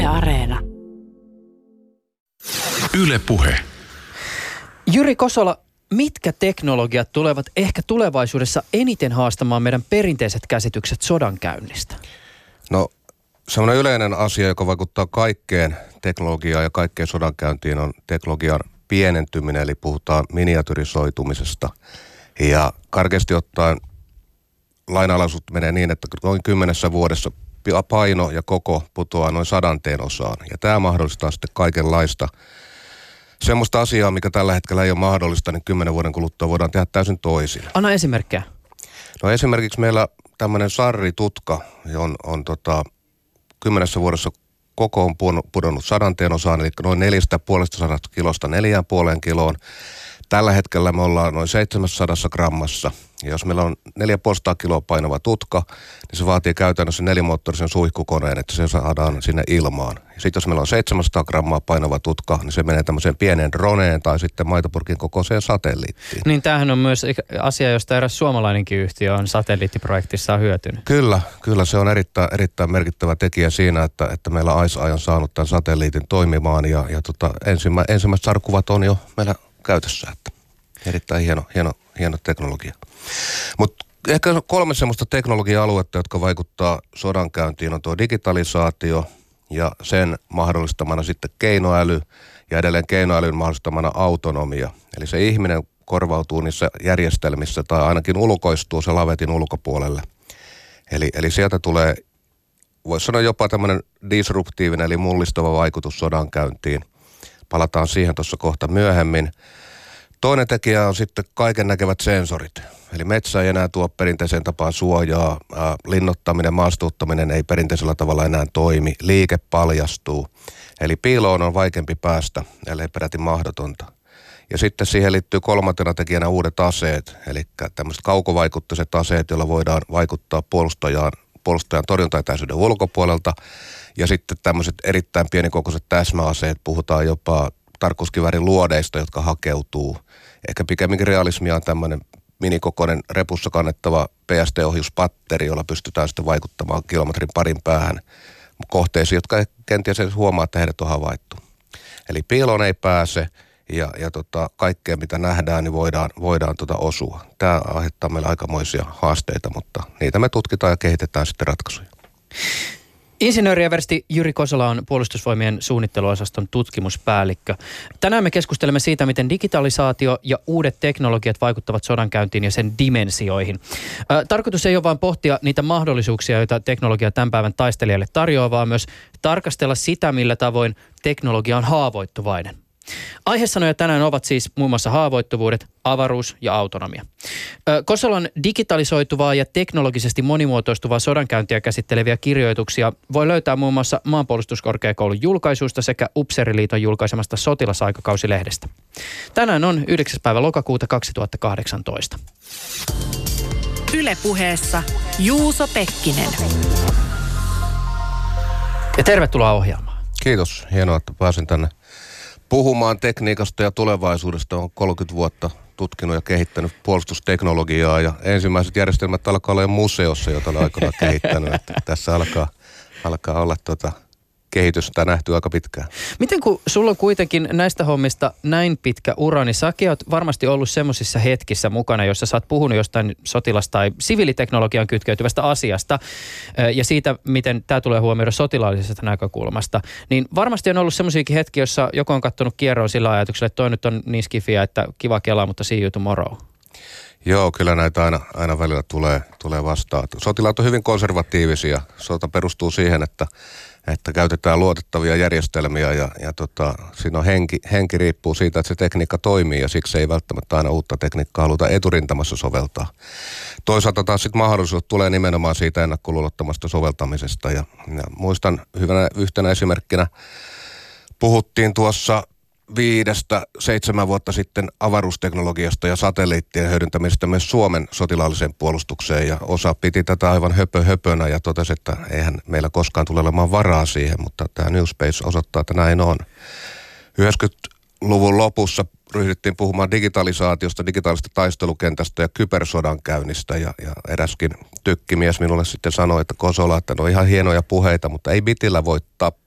Yle Areena. Yle Puhe. Jyri Kosola, mitkä teknologiat tulevat ehkä tulevaisuudessa eniten haastamaan meidän perinteiset käsitykset sodankäynnistä? No, semmoinen yleinen asia, joka vaikuttaa kaikkeen teknologiaan ja kaikkeen sodankäyntiin, on teknologian pienentyminen, eli puhutaan miniatyrisoitumisesta. Ja karkeasti ottaen lainalaisuus menee niin, että noin 10 vuodessa paino ja koko putoaa noin 100 osaan. Ja tämä mahdollistaa sitten kaikenlaista semmoista asiaa, mikä tällä hetkellä ei ole mahdollista, niin 10 vuoden kuluttua voidaan tehdä täysin toisin. Anna esimerkkejä. No esimerkiksi meillä tämmöinen sarritutka on 10 vuodessa koko on pudonnut 100 osaan, eli noin 4,5 kilosta 4,5 kiloon. Tällä hetkellä me ollaan noin 700 grammassa. Ja jos meillä on 4,5 kiloa painava tutka, niin se vaatii käytännössä 4-moottorisen suihkukoneen, että se saadaan sinne ilmaan. Ja sitten jos meillä on 700 grammaa painava tutka, niin se menee tämmöiseen pieneen droneen tai sitten maitopurkin kokoiseen satelliittiin. Niin tämähän on myös asia, josta eräs suomalainenkin yhtiö on satelliittiprojektissaan hyötynyt. Kyllä se on erittäin merkittävä tekijä siinä, että meillä ICEYE on saanut tämän satelliitin toimimaan ja ensimmäiset sarkuvat on jo meillä käytössä, että erittäin hieno teknologia. Mutta ehkä 3 semmoista teknologia-aluetta, jotka vaikuttaa sodankäyntiin, on tuo digitalisaatio ja sen mahdollistamana sitten keinoäly ja edelleen keinoälyn mahdollistamana autonomia. Eli se ihminen korvautuu niissä järjestelmissä tai ainakin ulkoistuu se lavetin ulkopuolelle. Eli sieltä tulee, voisi sanoa jopa tämmöinen disruptiivinen eli mullistava vaikutus sodankäyntiin. Palataan siihen tuossa kohta myöhemmin. Toinen tekijä on sitten kaiken näkevät sensorit. Eli metsä ei enää tuo perinteiseen tapaan suojaa, linnottaminen, maastouttaminen ei perinteisellä tavalla enää toimi, liike paljastuu. Eli piiloon on vaikeampi päästä, ellei peräti mahdotonta. Ja sitten siihen liittyy 3. tekijänä uudet aseet, eli tämmöiset kaukovaikutteiset aseet, joilla voidaan vaikuttaa puolustajan torjuntaetäisyyden ulkopuolelta. Ja sitten tämmöiset erittäin pienikokoiset täsmäaseet, puhutaan jopa tarkkuuskiväärin luodeista, jotka hakeutuu. Ehkä pikemminkin realismia on tämmöinen minikokoinen repussa kannettava PST-ohjuspatteri, jolla pystytään sitten vaikuttamaan kilometrin parin päähän kohteisiin, jotka ei kenties edes huomaa, että heidät on havaittu. Eli piiloon ei pääse ja kaikkea mitä nähdään, niin voidaan osua. Tämä aiheuttaa meille aikamoisia haasteita, mutta niitä me tutkitaan ja kehitetään sitten ratkaisuja. Insinöörieversti Jyri Kosola on Puolustusvoimien suunnitteluosaston tutkimuspäällikkö. Tänään me keskustelemme siitä, miten digitalisaatio ja uudet teknologiat vaikuttavat sodankäyntiin ja sen dimensioihin. Tarkoitus ei ole vain pohtia niitä mahdollisuuksia, joita teknologia tämän päivän taistelijalle tarjoaa, vaan myös tarkastella sitä, millä tavoin teknologia on haavoittuvainen. Aiheessanoja tänään ovat siis muun muassa haavoittuvuudet, avaruus ja autonomia. Kosolan digitalisoituvaa ja teknologisesti monimuotoistuvaa sodankäyntiä käsitteleviä kirjoituksia voi löytää muun muassa Maanpuolustuskorkeakoulun julkaisuista sekä Upseeriliiton julkaisemasta Sotilasaikakausi-lehdestä. Tänään on 9. päivä lokakuuta 2018. Yle Puheessa Juuso Pekkinen. Ja tervetuloa ohjelmaan. Kiitos, hienoa, että pääsin tänne puhumaan tekniikasta ja tulevaisuudesta. Olen 30 vuotta tutkinut ja kehittänyt puolustusteknologiaa ja ensimmäiset järjestelmät alkaa olla museossa, jota olen aikanaan kehittänyt. Että tässä alkaa olla kehitystä nähty aika pitkään. Miten kun sulla on kuitenkin näistä hommista näin pitkä ura, niin säkin oot varmasti ollut semmoisissa hetkissä mukana, jossa sä oot puhunut jostain sotilas- tai siviiliteknologian kytkeytyvästä asiasta ja siitä, miten tämä tulee huomioida sotilaallisesta näkökulmasta. Niin varmasti on ollut semmoisiakin hetkiä, jossa joku on katsonut kierroon sillä ajatuksella, että toi nyt on niin skifiä, että kiva kelaa, mutta see you tomorrow. Joo, kyllä näitä aina välillä tulee vastaan. Sotilaat on hyvin konservatiivisia. Sota perustuu siihen, että käytetään luotettavia järjestelmiä ja siinä on henki riippuu siitä, että se tekniikka toimii ja siksi ei välttämättä aina uutta tekniikkaa haluta eturintamassa soveltaa. Toisaalta taas sitten mahdollisuus tulee nimenomaan siitä ennakkoluulottomasta soveltamisesta ja muistan yhtenä esimerkkinä puhuttiin tuossa 5-7 vuotta sitten avaruusteknologiasta ja satelliittien hyödyntämisestä myös Suomen sotilaalliseen puolustukseen ja osa piti tätä aivan höpönä ja totesi, että eihän meillä koskaan tule olemaan varaa siihen, mutta tämä New Space osoittaa, että näin on. 90-luvun lopussa ryhdyttiin puhumaan digitalisaatiosta, digitaalisesta taistelukentästä ja kybersodankäynnistä ja eräskin tykkimies minulle sitten sanoi, että Kosola, että no ihan hienoja puheita, mutta ei bitillä voi tappaa.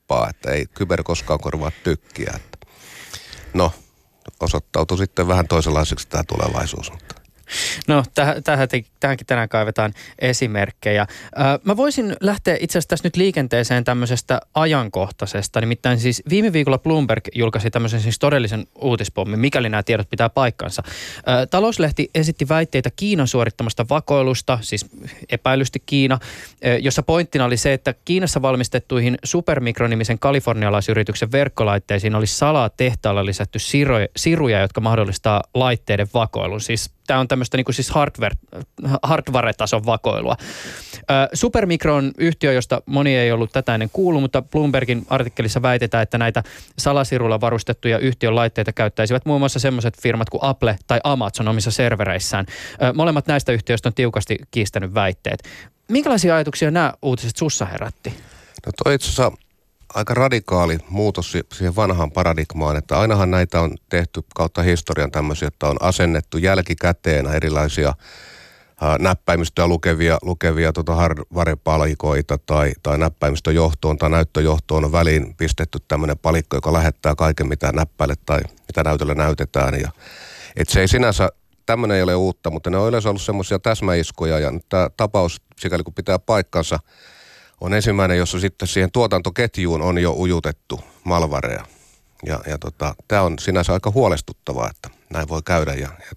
nappaa, että ei kyber koskaan korvaa tykkiä. Että. No, osoittautui sitten vähän toisenlaiseksi tämä tulevaisuus, mutta... No, tähänkin tänään kaivetaan esimerkkejä. Mä voisin lähteä itse asiassa tässä nyt liikenteeseen tämmöisestä ajankohtaisesta. Nimittäin siis viime viikolla Bloomberg julkaisi tämmöisen siis todellisen uutispommin, mikäli nämä tiedot pitää paikkansa. Talouslehti esitti väitteitä Kiinan suorittamasta vakoilusta, siis epäilysti Kiina, jossa pointtina oli se, että Kiinassa valmistettuihin Supermicro-nimisen kalifornialaisyrityksen verkkolaitteisiin olisi salaa tehtaalla lisätty siruja, jotka mahdollistaa laitteiden vakoilun. Siis tämä on tämmöistä niin kuin siis hardware-tason vakoilua. Supermicro on yhtiö, josta moni ei ollut tätä ennen kuullut, mutta Bloombergin artikkelissa väitetään, että näitä salasirulla varustettuja yhtiön laitteita käyttäisivät muun muassa sellaiset firmat kuin Apple tai Amazon omissa servereissään. Molemmat näistä yhtiöistä on tiukasti kiistänyt väitteet. Minkälaisia ajatuksia nämä uutiset sussa herätti? No toi itse asiassa aika radikaali muutos siihen vanhaan paradigmaan, että ainahan näitä on tehty kautta historian tämmöisiä, että on asennettu jälkikäteen erilaisia näppäimistöä lukevia hardware-palikoita tai näppäimistöjohtoon tai näyttöjohtoon on väliin pistetty tämmöinen palikko, joka lähettää kaiken mitä näppäille tai mitä näytölle näytetään. Ja, et se ei sinänsä, tämmöinen ei ole uutta, mutta ne on yleensä ollut semmoisia täsmäiskuja ja tämä tapaus, sikäli kun pitää paikkansa, on ensimmäinen, jossa sitten siihen tuotantoketjuun on jo ujutettu malwarea. Ja tämä on sinänsä aika huolestuttavaa, että näin voi käydä.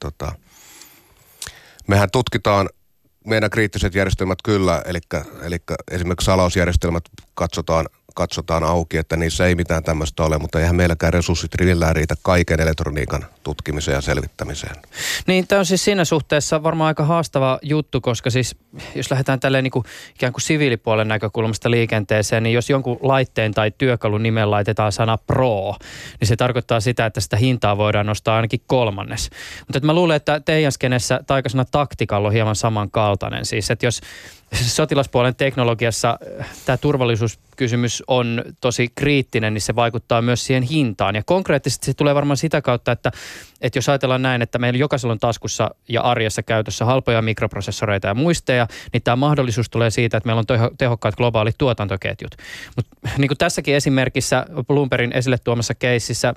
Mehän tutkitaan meidän kriittiset järjestelmät kyllä, eli esimerkiksi salausjärjestelmät katsotaan auki, että niissä ei mitään tämmöistä ole, mutta eihän meilläkään resurssit rivillään riitä kaiken elektroniikan tutkimiseen ja selvittämiseen. Niin, tämä on siis siinä suhteessa varmaan aika haastava juttu, koska siis jos lähdetään tälleen niin kuin ikään kuin siviilipuolen näkökulmasta liikenteeseen, niin jos jonkun laitteen tai työkalun nimeen laitetaan sana Pro, niin se tarkoittaa sitä, että sitä hintaa voidaan nostaa ainakin 1/3. Mutta mä luulen, että teidän skenessä taikasana Tactical on hieman samankaltainen. Siis, että jos sotilaspuolen teknologiassa tämä turvallisuuskysymys on tosi kriittinen, niin se vaikuttaa myös siihen hintaan. Ja konkreettisesti se tulee varmaan sitä kautta, että jos ajatellaan näin, että meillä jokaisella on taskussa ja arjessa käytössä halpoja mikroprosessoreita ja muisteja, niin tämä mahdollisuus tulee siitä, että meillä on tehokkaat globaalit tuotantoketjut. Mutta niin kuin tässäkin esimerkissä Bloombergin esille tuomassa keississä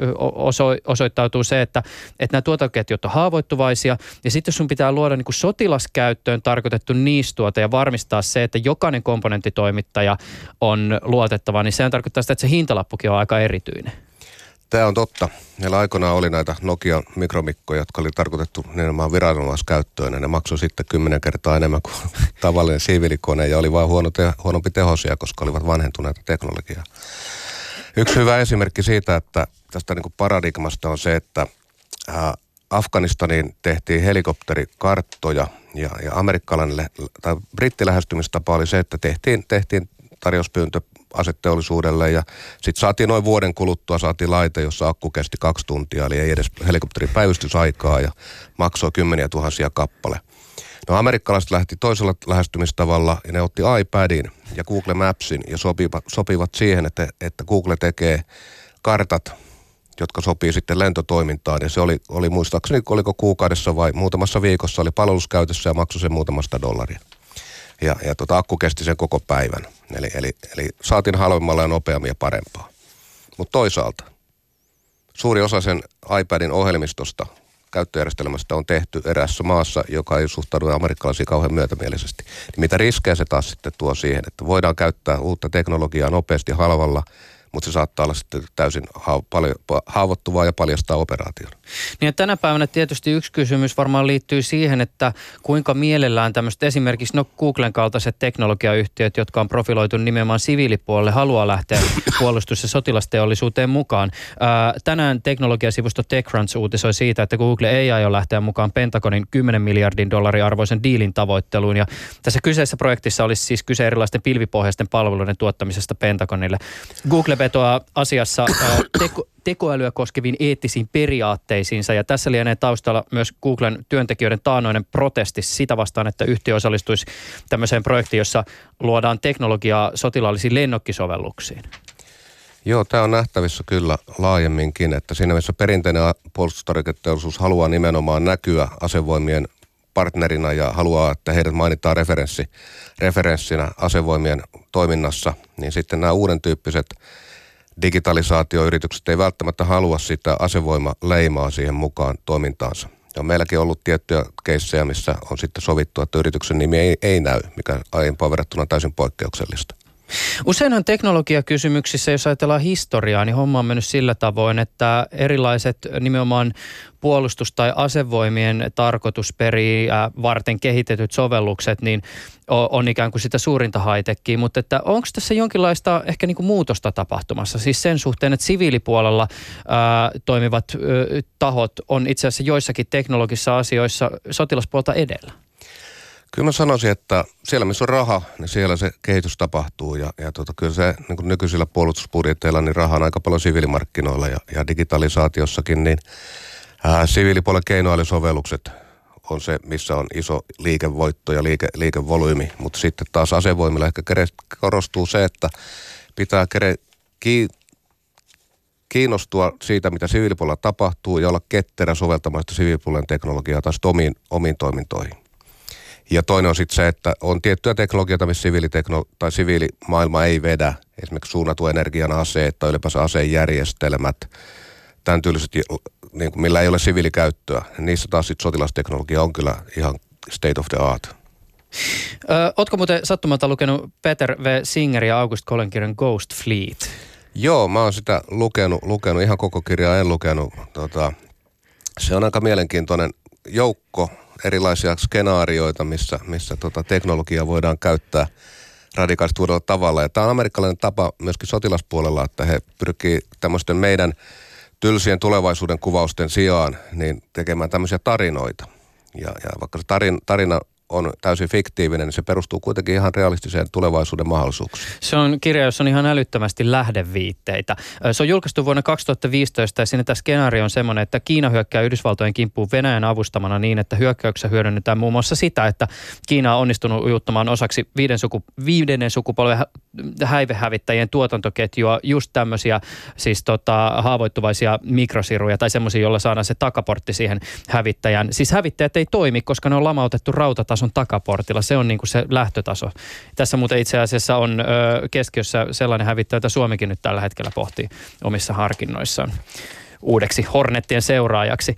osoittautuu se, että nämä tuotantoketjut on haavoittuvaisia, ja sitten jos sun pitää luoda niin kuin sotilaskäyttöön tarkoitettu niistuote ja varmistaa se, että jokainen komponenttitoimittaja on luotettava, niin sehän tarkoittaa sitä, että se hintalappukin on aika erityinen. Tämä on totta. Meillä aikoinaan oli näitä Nokian mikromikkoja, jotka oli tarkoitettu nimenomaan viranomaiskäyttöön, ja ne maksoi sitten 10 kertaa enemmän kuin tavallinen siviilikone, ja oli vaan huonompi tehosia, koska olivat vanhentuneita teknologiaa. Yksi hyvä esimerkki siitä, että tästä niin kuin paradigmasta on se, että Afganistaniin tehtiin helikopterikarttoja, ja amerikkalainen tai brittilähestymistapa oli se, että tehtiin tarjouspyyntö aseteollisuudelle ja sitten saatiin noin vuoden kuluttua saatiin laite, jossa akku kesti 2 tuntia, eli ei edes helikopterin päivystysaikaa ja maksoi 10 000 kappale. No amerikkalaiset lähti toisella lähestymistavalla ja ne otti iPadin ja Google Mapsin ja sopivat siihen, että Google tekee kartat, jotka sopii sitten lentotoimintaan ja se oli muistaakseni, oliko kuukaudessa vai muutamassa viikossa oli palveluskäytössä ja maksoi sen muutamasta $. Ja akku kesti sen koko päivän. Eli saatiin halvemmalla ja nopeammin ja parempaa. Mutta toisaalta suuri osa sen iPadin ohjelmistosta, käyttöjärjestelmästä on tehty eräässä maassa, joka ei suhtaudu amerikkalaisiin kauhean myötämielisesti. Niin mitä riskejä se taas sitten tuo siihen, että voidaan käyttää uutta teknologiaa nopeasti halvalla, mutta se saattaa olla sitten täysin haavoittuvaa ja paljastaa operaation. Niin ja tänä päivänä tietysti yksi kysymys varmaan liittyy siihen, että kuinka mielellään tämmöiset esimerkiksi Googlen kaltaiset teknologiayhtiöt, jotka on profiloitu nimenomaan siviilipuolelle, haluaa lähteä puolustus- ja sotilasteollisuuteen mukaan. Tänään teknologiasivusto TechCrunch uutisoi siitä, että Google ei aio lähteä mukaan Pentagonin $10 miljardin arvoisen diilin tavoitteluun. Ja tässä kyseisessä projektissa olisi siis kyse erilaisten pilvipohjaisten palveluiden tuottamisesta Pentagonille. Google vetoaa asiassa tekoälyä koskeviin eettisiin periaatteisiinsa ja tässä lienee taustalla myös Googlen työntekijöiden taannoinen protesti sitä vastaan, että yhtiö osallistuisi tämmöiseen projektiin, jossa luodaan teknologiaa sotilaallisiin lennokkisovelluksiin. Joo, tämä on nähtävissä kyllä laajemminkin, että siinä missä perinteinen puolustustarviketeollisuus haluaa nimenomaan näkyä asevoimien partnerina ja haluaa, että heidät mainitaan referenssinä asevoimien toiminnassa, niin sitten nämä uuden tyyppiset digitalisaatioyritykset ei välttämättä halua sitä asevoimaleimaa siihen mukaan toimintaansa. Ja meilläkin on ollut tiettyjä keissejä, missä on sitten sovittu, että yrityksen nimi ei näy, mikä aiempaan verrattuna täysin poikkeuksellista. Useinhan teknologiakysymyksissä, jos ajatellaan historiaa, niin homma on mennyt sillä tavoin, että erilaiset nimenomaan puolustus- tai asevoimien tarkoitusperiä varten kehitetyt sovellukset, niin on ikään kuin sitä suurinta high-techia, mutta että onko tässä jonkinlaista ehkä niin kuin muutosta tapahtumassa? Siis sen suhteen, että siviilipuolella toimivat tahot on itse asiassa joissakin teknologisissa asioissa sotilaspuolta edellä. Kyllä mä sanoisin, että siellä missä on raha, niin siellä se kehitys tapahtuu ja kyllä se niin kuin nykyisillä puolustusbudjeteilla niin raha on aika paljon siviilimarkkinoilla ja digitalisaatiossakin, niin siviilipuolen keinoälysovellukset on se, missä on iso liikevoitto ja liikevolyymi, mutta sitten taas asevoimilla ehkä korostuu se, että pitää kiinnostua siitä, mitä siviilipuolella tapahtuu ja olla ketterä soveltamaan sitä siviilipuolen teknologiaa taas omiin toimintoihin. Ja toinen on sitten se, että on tiettyjä teknologioita, missä siviilimaailma ei vedä. Esimerkiksi suunnatun energian aseet tai ylipäänsä asejärjestelmät, tämän tyyliset, niin kuin, millä ei ole siviilikäyttöä. Niissä taas sitten sotilasteknologia on kyllä ihan state of the art. Ootko muuten sattumalta lukenut Peter V. Singer ja August Collen kirjan Ghost Fleet? Joo, mä oon sitä lukenut ihan koko kirjaa en lukenut. Se on aika mielenkiintoinen joukko erilaisia skenaarioita, missä teknologiaa voidaan käyttää radikaalisti uudella tavalla. Ja tämä on amerikkalainen tapa myöskin sotilaspuolella, että he pyrkii tämmöisten meidän tylsien tulevaisuuden kuvausten sijaan niin tekemään tämmöisiä tarinoita. Ja vaikka se tarina on täysin fiktiivinen, niin se perustuu kuitenkin ihan realistiseen tulevaisuuden mahdollisuuksiin. Se on kirja, jossa on ihan älyttömästi lähdeviitteitä. Se on julkaistu vuonna 2015 ja siinä tämä skenaario on semmoinen, että Kiina hyökkää Yhdysvaltojen kimppuun Venäjän avustamana niin, että hyökkäyksessä hyödynnetään muun muassa sitä, että Kiina on onnistunut ujuttamaan osaksi viidennen sukupolven häivehävittäjien tuotantoketjua just tämmöisiä siis haavoittuvaisia mikrosiruja tai semmoisia, joilla saadaan se takaportti siihen hävittäjän. Siis hävittäjät ei toimi, koska ne on lamautettu rautatason takaportilla. Se on niin kuin se lähtötaso. Tässä muuten itse asiassa on keskiössä sellainen hävittäjä, jota Suomikin nyt tällä hetkellä pohtii omissa harkinnoissaan uudeksi Hornettien seuraajaksi.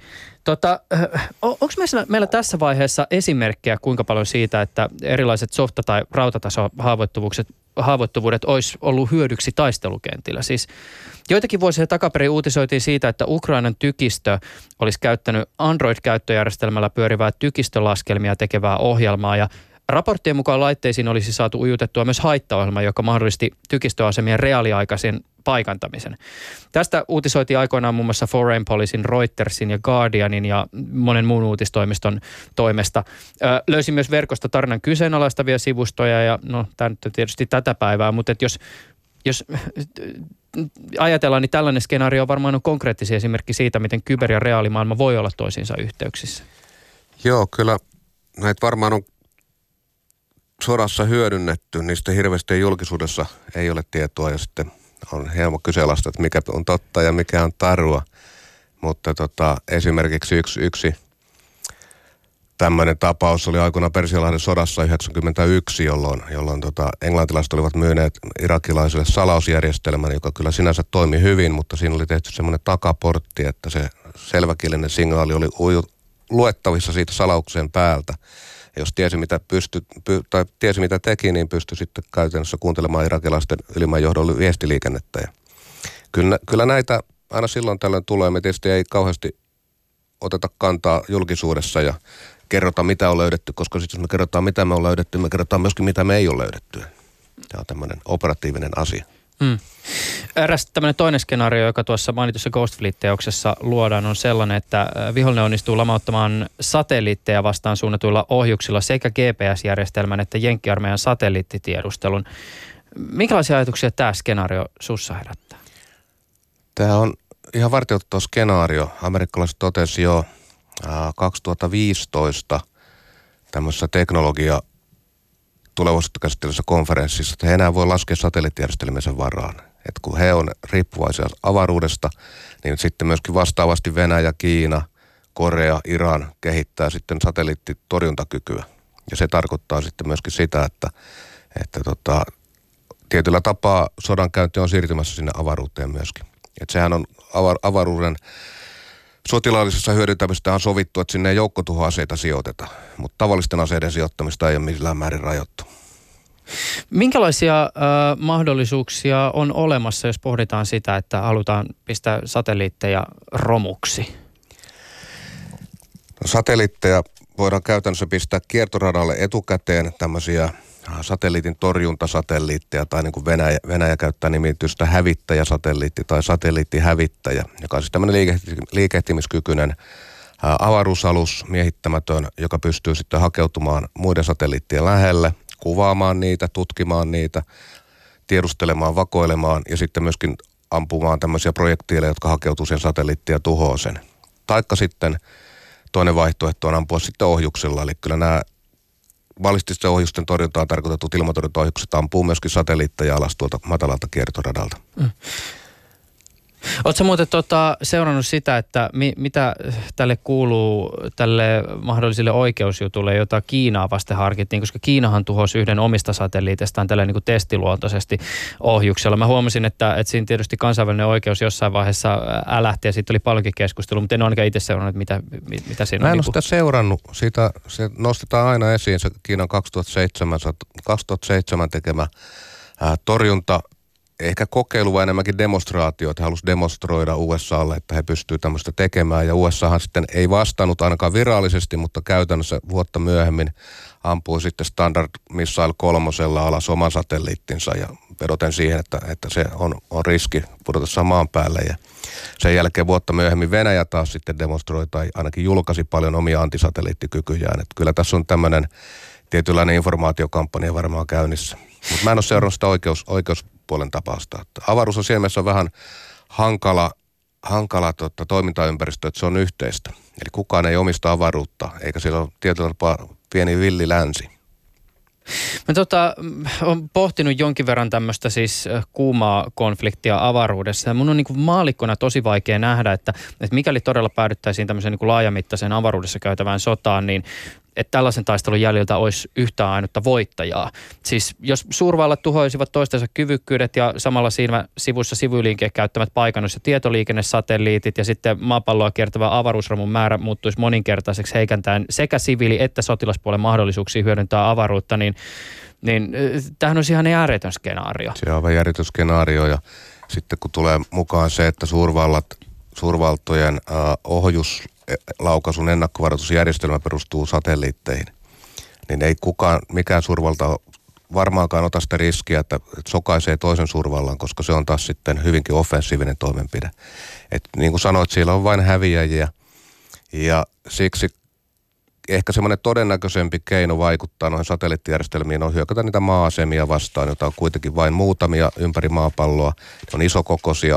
Onko meillä tässä vaiheessa esimerkkejä kuinka paljon siitä, että erilaiset softa- tai rautataso-haavoittuvuudet olisi ollut hyödyksi taistelukentillä? Siis joitakin vuosia takaperin uutisoitiin siitä, että Ukrainan tykistö olisi käyttänyt Android-käyttöjärjestelmällä pyörivää tykistölaskelmia tekevää ohjelmaa ja raporttien mukaan laitteisiin olisi saatu ujutettua myös haittaohjelma, joka mahdollisti tykistöasemien reaaliaikaisen paikantamisen. Tästä uutisoitiin aikoinaan muun muassa Foreign Policyn, Reutersin ja Guardianin ja monen muun uutistoimiston toimesta. Löysin myös verkosta tarinan kyseenalaistavia sivustoja ja no tämä nyt on tietysti tätä päivää, mutta että jos ajatellaan, niin tällainen skenaario varmaan on konkreettisia esimerkki siitä, miten kyber- ja reaalimaailma voi olla toisiinsa yhteyksissä. Joo, kyllä näitä varmaan on sodassa hyödynnetty, niistä hirveästi julkisuudessa ei ole tietoa ja sitten on hieman kyseenalaista, että mikä on totta ja mikä on tarua. Mutta esimerkiksi yksi tämmöinen tapaus oli aikoinaan Persianlahden sodassa 1991, jolloin englantilaiset olivat myyneet irakilaisille salausjärjestelmän, joka kyllä sinänsä toimi hyvin, mutta siinä oli tehty semmoinen takaportti, että se selväkielinen signaali oli luettavissa siitä salauksen päältä. Ja jos tiesi mitä teki, niin pystyi sitten käytännössä kuuntelemaan irakilaisten ylimmän johdon viestiliikennettä. Ja kyllä näitä aina silloin tällöin tulee. Me tietysti ei kauheasti oteta kantaa julkisuudessa ja kerrota mitä on löydetty, koska sitten jos me kerrotaan mitä me on löydetty, me kerrotaan myöskin mitä me ei ole löydetty. Tämä on tämmöinen operatiivinen asia. Eräs tämmöinen toinen skenaario, joka tuossa mainitussa Ghost Fleet-teoksessa luodaan, on sellainen, että vihollinen onnistuu lamauttamaan satelliitteja vastaan suunnatuilla ohjuksilla sekä GPS-järjestelmän että Jenkki-armeijan satelliittitiedustelun. Minkälaisia ajatuksia tämä skenaario sussa herättää? Tämä on ihan vartioitettu skenaario. Amerikkalaiset totesi jo 2015 tämmöisessä tulevaisuutta käsittelyssä konferenssissa, että he enää voi laskea satelliittijärjestelmien varaan. Että kun he on riippuvaisia avaruudesta, niin sitten myöskin vastaavasti Venäjä, Kiina, Korea, Iran kehittää sitten satelliittitorjuntakykyä. Ja se tarkoittaa sitten myöskin sitä, että tietyllä tapaa sodankäynti on siirtymässä sinne avaruuteen myöskin. Että sehän on avaruuden sotilaallisessa hyödyntämistä on sovittu, että sinne ei joukkotuhoaseita sijoiteta, mutta tavallisten aseiden sijoittamista ei ole millään määrin rajoittu. Minkälaisia mahdollisuuksia on olemassa, jos pohditaan sitä, että halutaan pistää satelliitteja romuksi? No, satelliitteja voidaan käytännössä pistää kiertoradalle etukäteen tämmöisiä satelliitin torjuntasatelliitteja, tai niin kuin Venäjä käyttää nimitystä hävittäjäsatelliitti tai satelliittihävittäjä, joka on siis tämmöinen liikehtimiskykyinen avaruusalus, miehittämätön, joka pystyy sitten hakeutumaan muiden satelliittien lähelle, kuvaamaan niitä, tutkimaan niitä, tiedustelemaan, vakoilemaan ja sitten myöskin ampumaan tämmöisiä projektiileja, jotka hakeutuu sen satelliittiin ja tuhoaa sen. Taikka sitten toinen vaihtoehto on ampua sitten ohjuksella, eli kyllä nämä ballististen ohjusten torjuntaan tarkoitetut ilmatorjuntaohjukset ampuu myöskin satelliitteja alas tuolta matalalta kiertoradalta. Oletko muuten seurannut sitä, että mitä tälle kuuluu, tälle mahdollisille oikeusjutulle, jota Kiinaa vasten harkittiin, koska Kiinahan tuhosi yhden omista satelliiteistaan tällä niin kuin testiluontoisesti ohjuksella. Mä huomasin, että siinä tietysti kansainvälinen oikeus jossain vaiheessa älähti ja siitä oli paljonkin keskustelua, mutta en ole ainakaan itse seurannut, mitä siinä on. Mä en ole sitä seurannut. Se nostetaan aina esiin se Kiinan 2007 tekemä torjunta, ehkä kokeilu vai enemmänkin demonstraatio, että he halusivat demonstroida USAlle, että he pystyvät tämmöistä tekemään. Ja USAhan sitten ei vastannut ainakaan virallisesti, mutta käytännössä vuotta myöhemmin ampui sitten Standard Missile 3 alas oman satelliittinsa ja vedoten siihen, että se on riski pudota samaan päälle. Ja sen jälkeen vuotta myöhemmin Venäjä taas sitten demonstroi tai ainakin julkaisi paljon omia antisatelliittikykyjään. Että kyllä tässä on tämmöinen tietynlainen informaatiokampanja varmaan käynnissä. Mutta mä en ole seurannut sitä oikeuspuolen tapausta. Avaruusasiamiessä on vähän hankala toimintaympäristö, että se on yhteistä. Eli kukaan ei omista avaruutta, eikä siellä ole tietyllä tapaa pieni villi länsi. Mä olen pohtinut jonkin verran tämmöistä siis kuumaa konfliktia avaruudessa. Ja mun on niin kuin maallikkona tosi vaikea nähdä, että mikäli todella päädyttäisiin tämmöiseen niin kuin laajamittaiseen avaruudessa käytävään sotaan, niin että tällaisen taistelun jäljiltä olisi yhtään ainutta voittajaa. Siis jos suurvallat tuhoisivat toistensa kyvykkyydet ja samalla siinä sivussa sivuliinkeen käyttämät paikannus- ja tietoliikennesatelliitit ja sitten maapalloa kiertävä avaruusromun määrä muuttuisi moninkertaiseksi heikentäen sekä siviili- että sotilaspuolen mahdollisuuksia hyödyntää avaruutta, niin tämähän olisi ihan ääretön skenaario. Se on aivan järjetön skenaario ja sitten kun tulee mukaan se, että suurvaltojen ohjuslaukaisun ennakkovaroitusjärjestelmä perustuu satelliitteihin, niin ei mikään suurvalta varmaankaan ota sitä riskiä, että sokaisee toisen suurvallan, koska se on taas sitten hyvinkin offensiivinen toimenpide. Et niin kuin sanoit, siellä on vain häviäjiä ja siksi ehkä semmoinen todennäköisempi keino vaikuttaa noihin satelliittijärjestelmiin on hyökätä niitä maa-asemia vastaan, joita on kuitenkin vain muutamia ympäri maapalloa. Ne on isokokoisia,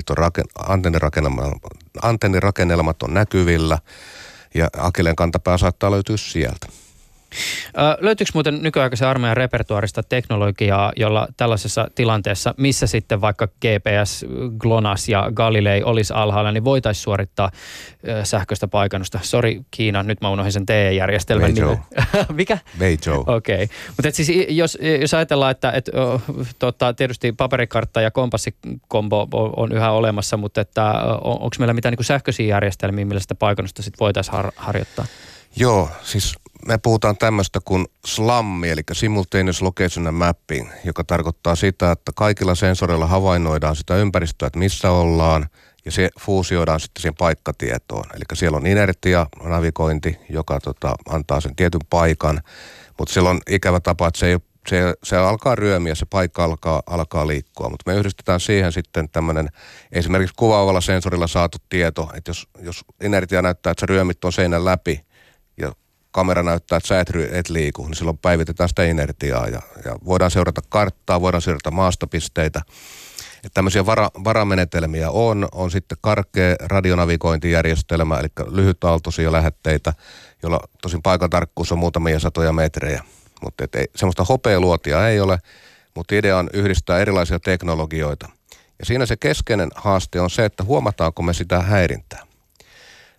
antennirakennelmat on näkyvillä ja akilleen kantapää saattaa löytyä sieltä. Löytyykö muuten nykyaikaisen armeijan repertuaarista teknologiaa, jolla tällaisessa tilanteessa, missä sitten vaikka GPS, GLONASS ja Galilei olisi alhaalla, niin voitaisiin suorittaa sähköistä paikannusta? Sori Kiina, nyt mä unohdin sen TE-järjestelmän nimen. Mikä? Weizhou. Okei. Mutta siis jos ajatellaan, että tietysti paperikartta ja kompassikombo on yhä olemassa, mutta että onko meillä mitään niin sähköisiä järjestelmiä, millä sitä paikannusta sitten voitaisiin harjoittaa? Joo, siis me puhutaan tämmöistä kuin SLAM, eli Simultaneous Location and Mapping, joka tarkoittaa sitä, että kaikilla sensoreilla havainnoidaan sitä ympäristöä, että missä ollaan, ja se fuusioidaan sitten siihen paikkatietoon. Eli siellä on inertia, navigointi, joka antaa sen tietyn paikan, mutta siellä on ikävä tapa, että se alkaa ryömiä, se paikka alkaa liikkua, mutta me yhdistetään siihen sitten tämmöinen esimerkiksi kuvaavalla sensorilla saatu tieto, että jos inertia näyttää, että sä ryömit tuon seinän läpi, ja kamera näyttää, että sä et liiku, niin silloin päivitetään sitä inertiaa ja voidaan seurata karttaa, voidaan seurata maastopisteitä. Että tämmöisiä varamenetelmiä on sitten karkea radionavigointijärjestelmä, eli lyhytaaltoisia lähetteitä, jolla tosin paikan tarkkuus on muutamia satoja metrejä. Mutta semmoista hopealuotia ei ole, mutta idea on yhdistää erilaisia teknologioita. Ja siinä se keskeinen haaste on se, että huomataanko me sitä häirintää.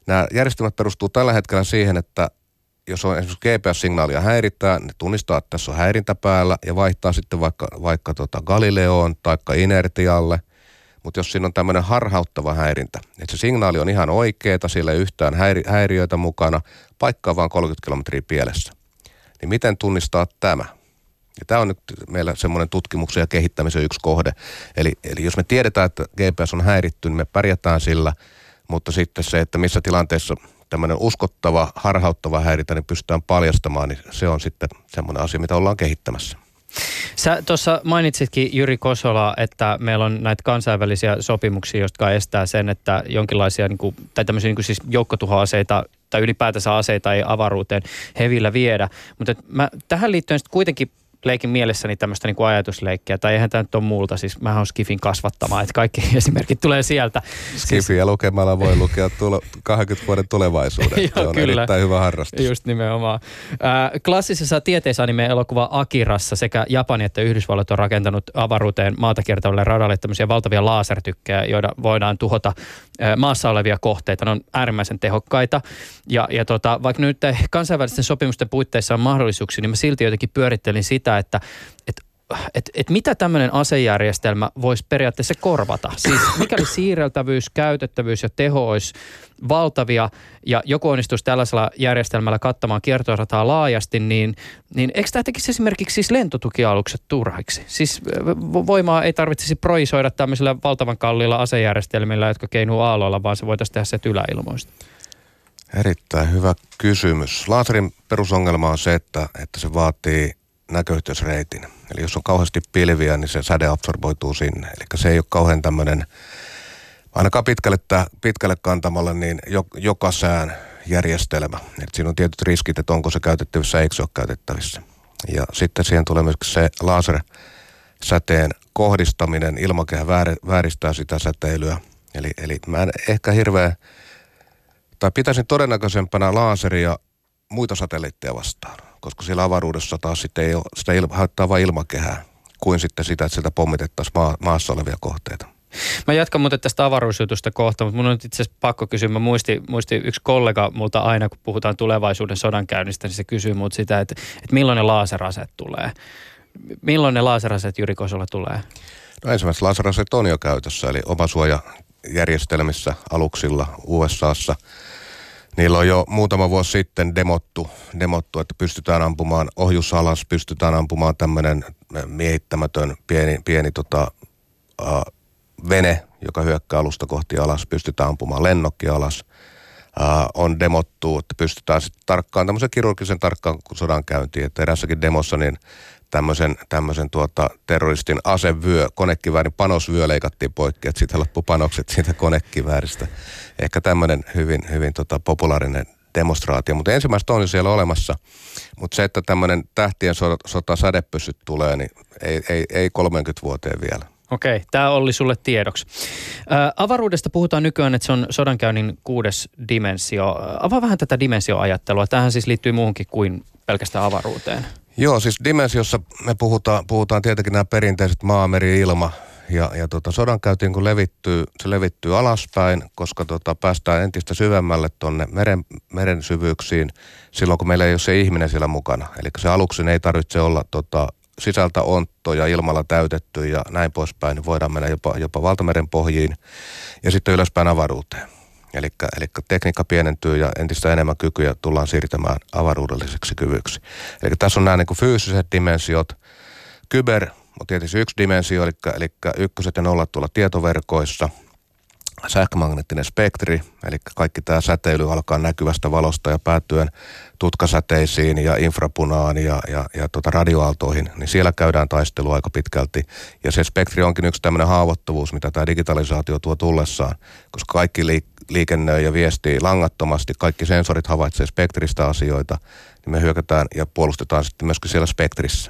Nämä järjestelmät perustuu tällä hetkellä siihen, että jos on esimerkiksi GPS-signaalia häiritään, ne tunnistaa, että tässä on häirintä päällä ja vaihtaa sitten vaikka Galileoon tai inertialle. Mutta jos siinä on tämmöinen harhauttava häirintä, että se signaali on ihan oikeeta, sillä ei yhtään häiriöitä mukana, paikkaa vaan 30 kilometriä pielessä, niin miten tunnistaa tämä? Ja tämä on nyt meillä semmoinen tutkimuksen ja kehittämisen yksi kohde. Eli jos me tiedetään, että GPS on häiritty, niin me pärjätään sillä, mutta sitten se, että missä tilanteessa tämmöinen uskottava, harhauttava häiritä, niin pystytään paljastamaan, niin se on sitten semmoinen asia, mitä ollaan kehittämässä. Sä tuossa mainitsitkin, Jyri Kosola, että meillä on näitä kansainvälisiä sopimuksia, jotka estää sen, että jonkinlaisia tai tämmöisiä siis joukkotuhoaseita tai ylipäätänsä aseita ei avaruuteen hevillä viedä. Mutta mä tähän liittyen sitten kuitenkin leikin mielessäni tämmöistä ajatusleikkiä, tai eihän tämä nyt ole muulta, siis mä oon Skifin kasvattamaan, että kaikki esimerkit tulee sieltä. Skifiä lukemalla voi lukea 20 vuoden tulevaisuuden. Joo, se on kyllä. Erittäin hyvä harrastus. Just nimenomaan. Klassisessa tieteisanime elokuva Akirassa sekä Japani että Yhdysvallat on rakentanut avaruuteen maata kiertävälle radalle tämmöisiä valtavia lasertykkejä, joita voidaan tuhota maassa olevia kohteita. Ne on äärimmäisen tehokkaita. Ja vaikka nyt kansainvälisten sopimusten puitteissa on mahdollisuuksia, niin mä silti jotenkin pyörittelin sitä, että mitä tämmöinen asejärjestelmä voisi periaatteessa korvata. Siis mikäli siirreltävyys, käytettävyys ja teho olisi valtavia ja joku onnistuisi tällaisella järjestelmällä kattamaan kiertorataa laajasti, niin eikö tämä tekisi esimerkiksi siis lentotukialukset turhaiksi? Siis voimaa ei tarvitsisi projisoida tämmöisillä valtavan kalliilla asejärjestelmillä, jotka keinuu aalloilla, vaan se voitaisiin tehdä se yläilmoista. Erittäin hyvä kysymys. Laserin perusongelma on se, että se vaatii näköyhteysreitin. Eli jos on kauheasti pilviä, niin se säde absorboituu sinne. Eli se ei ole kauhean tämmöinen, ainakaan pitkälle kantamalla, niin joka sään järjestelmä. Et siinä on tietyt riskit, että onko se käytettävissä, eikö se ole käytettävissä. Ja sitten siihen tulee myöskin se lasersäteen kohdistaminen, ilmakehä vääristää sitä säteilyä. Eli mä en ehkä pitäisin todennäköisempänä laseria muita satelliitteja vastaan, koska siellä avaruudessa taas sitten ei ole, sitä haittaa vain ilmakehää, kuin sitten sitä, että sieltä pommitettaisiin maassa olevia kohteita. Mä jatkan muuten tästä avaruusjutusta kohta, mutta mun on itse asiassa pakko kysyä. Mä muisti yksi kollega multa aina, kun puhutaan tulevaisuuden sodankäynnistä, niin se kysyy multa sitä, että milloin ne laseraset tulee. Milloin ne laseraset, Jyri Kosola, tulee? No ensimmäiset laseraset on jo käytössä, eli omasuojajärjestelmissä aluksilla USAssa. Niillä on jo muutama vuosi sitten demottu, että pystytään ampumaan ohjus alas, pystytään ampumaan tämmöinen miehittämätön pieni vene, joka hyökkää alusta kohti alas, pystytään ampumaan lennokki alas. On demottu, että pystytään sitten tarkkaan, tämmöisen kirurgisen tarkkaan sodankäyntiin, että erässäkin demossa niin tämmöisen terroristin asevyö, konekiväärin panosvyö leikattiin poikki, että siitä loppui panokset siitä konekivääristä. Ehkä tämmöinen hyvin populaarinen demonstraatio, mutta ensimmäistä on jo siellä olemassa. Mutta se, että tämmöinen tähtien sota sädepyssyt tulee, niin ei 30 vuoteen vielä. Okei, tämä oli sulle tiedoksi. Avaruudesta puhutaan nykyään, että se on sodankäynnin 6. dimensio. Avaa vähän tätä dimensioajattelua. Tämähän siis liittyy muuhunkin kuin pelkästään avaruuteen. Joo, siis dimensiossa me puhutaan tietenkin nämä perinteiset maa, meri, ilma. Ja sodankäyntiin kun levittyy alaspäin, koska päästään entistä syvemmälle tuonne meren syvyyksiin silloin, kun meillä ei ole se ihminen siellä mukana. Eli se aluksen ei tarvitse olla sisältä ontto ja ilmalla täytetty ja näin poispäin, niin voidaan mennä jopa valtameren pohjiin ja sitten ylöspäin avaruuteen. Eli tekniikka pienentyy ja entistä enemmän kykyjä tullaan siirtämään avaruudelliseksi kyvyksi. Eli tässä on nämä niin kuin fyysiset dimensiot. Kyber on tietysti yksi dimensio, eli ykköset ja nollat tuolla tietoverkoissa. Sähkömagneettinen spektri, eli kaikki tämä säteily alkaa näkyvästä valosta ja päätyen tutkasäteisiin ja infrapunaan ja radioaaltoihin, niin siellä käydään taistelua aika pitkälti. Ja se spektri onkin yksi tämmöinen haavoittuvuus, mitä tämä digitalisaatio tuo tullessaan, koska kaikki liikennöi ja viestii langattomasti, kaikki sensorit havaitsee spektristä asioita, niin me hyökätään ja puolustetaan sitten myöskin siellä spektrissä.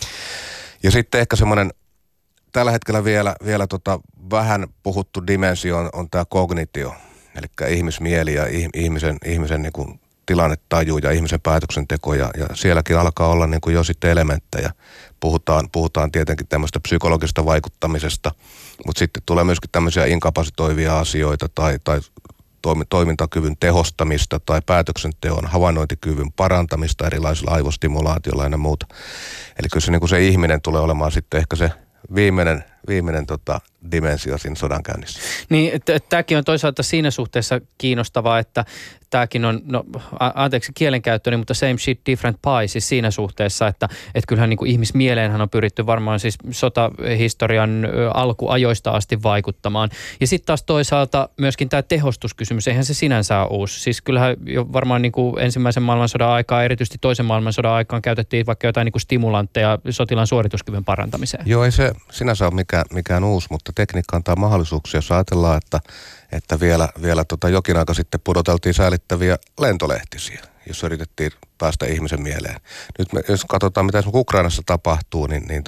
Ja sitten ehkä semmoinen tällä hetkellä vielä vähän puhuttu dimensio on tämä kognitio, eli ihmismieli ja ihmisen niin kuin tilannetaju ja ihmisen päätöksenteko, ja sielläkin alkaa olla niin kuin jo sitten elementtejä. Puhutaan tietenkin tämmöistä psykologista vaikuttamisesta, mutta sitten tulee myöskin tämmöisiä inkapasitoivia asioita tai toimintakyvyn tehostamista tai päätöksenteon havainnointikyvyn parantamista erilaisilla aivostimulaatioilla ja muuta. Eli kyllä se, niin kuin se ihminen tulee olemaan sitten ehkä se viimeinen dimensio siinä sodankäynnissä. Niin, tämäkin on toisaalta siinä suhteessa kiinnostavaa, että tämäkin on, anteeksi kielenkäyttöni, mutta same shit, different pie, siis siinä suhteessa, että kyllähän niin kuin ihmismieleenhän on pyritty varmaan siis sotahistorian alkuajoista asti vaikuttamaan. Ja sitten taas toisaalta myöskin tämä tehostuskysymys, eihän se sinänsä ole uusi. Siis kyllähän jo varmaan niin kuin ensimmäisen maailmansodan aikaa, erityisesti toisen maailmansodan aikaan käytettiin vaikka jotain niin kuin stimulantteja sotilaan suorituskyvyn parantamiseen. Joo, ei se sinänsä ole mikään uusi, mutta tekniikka antaa mahdollisuuksia, jos ajatellaan, että vielä jokin aika sitten pudoteltiin säälittäviä lentolehtisiä, jos yritettiin päästä ihmisen mieleen. Nyt jos katsotaan, mitä esimerkiksi Ukrainassa tapahtuu,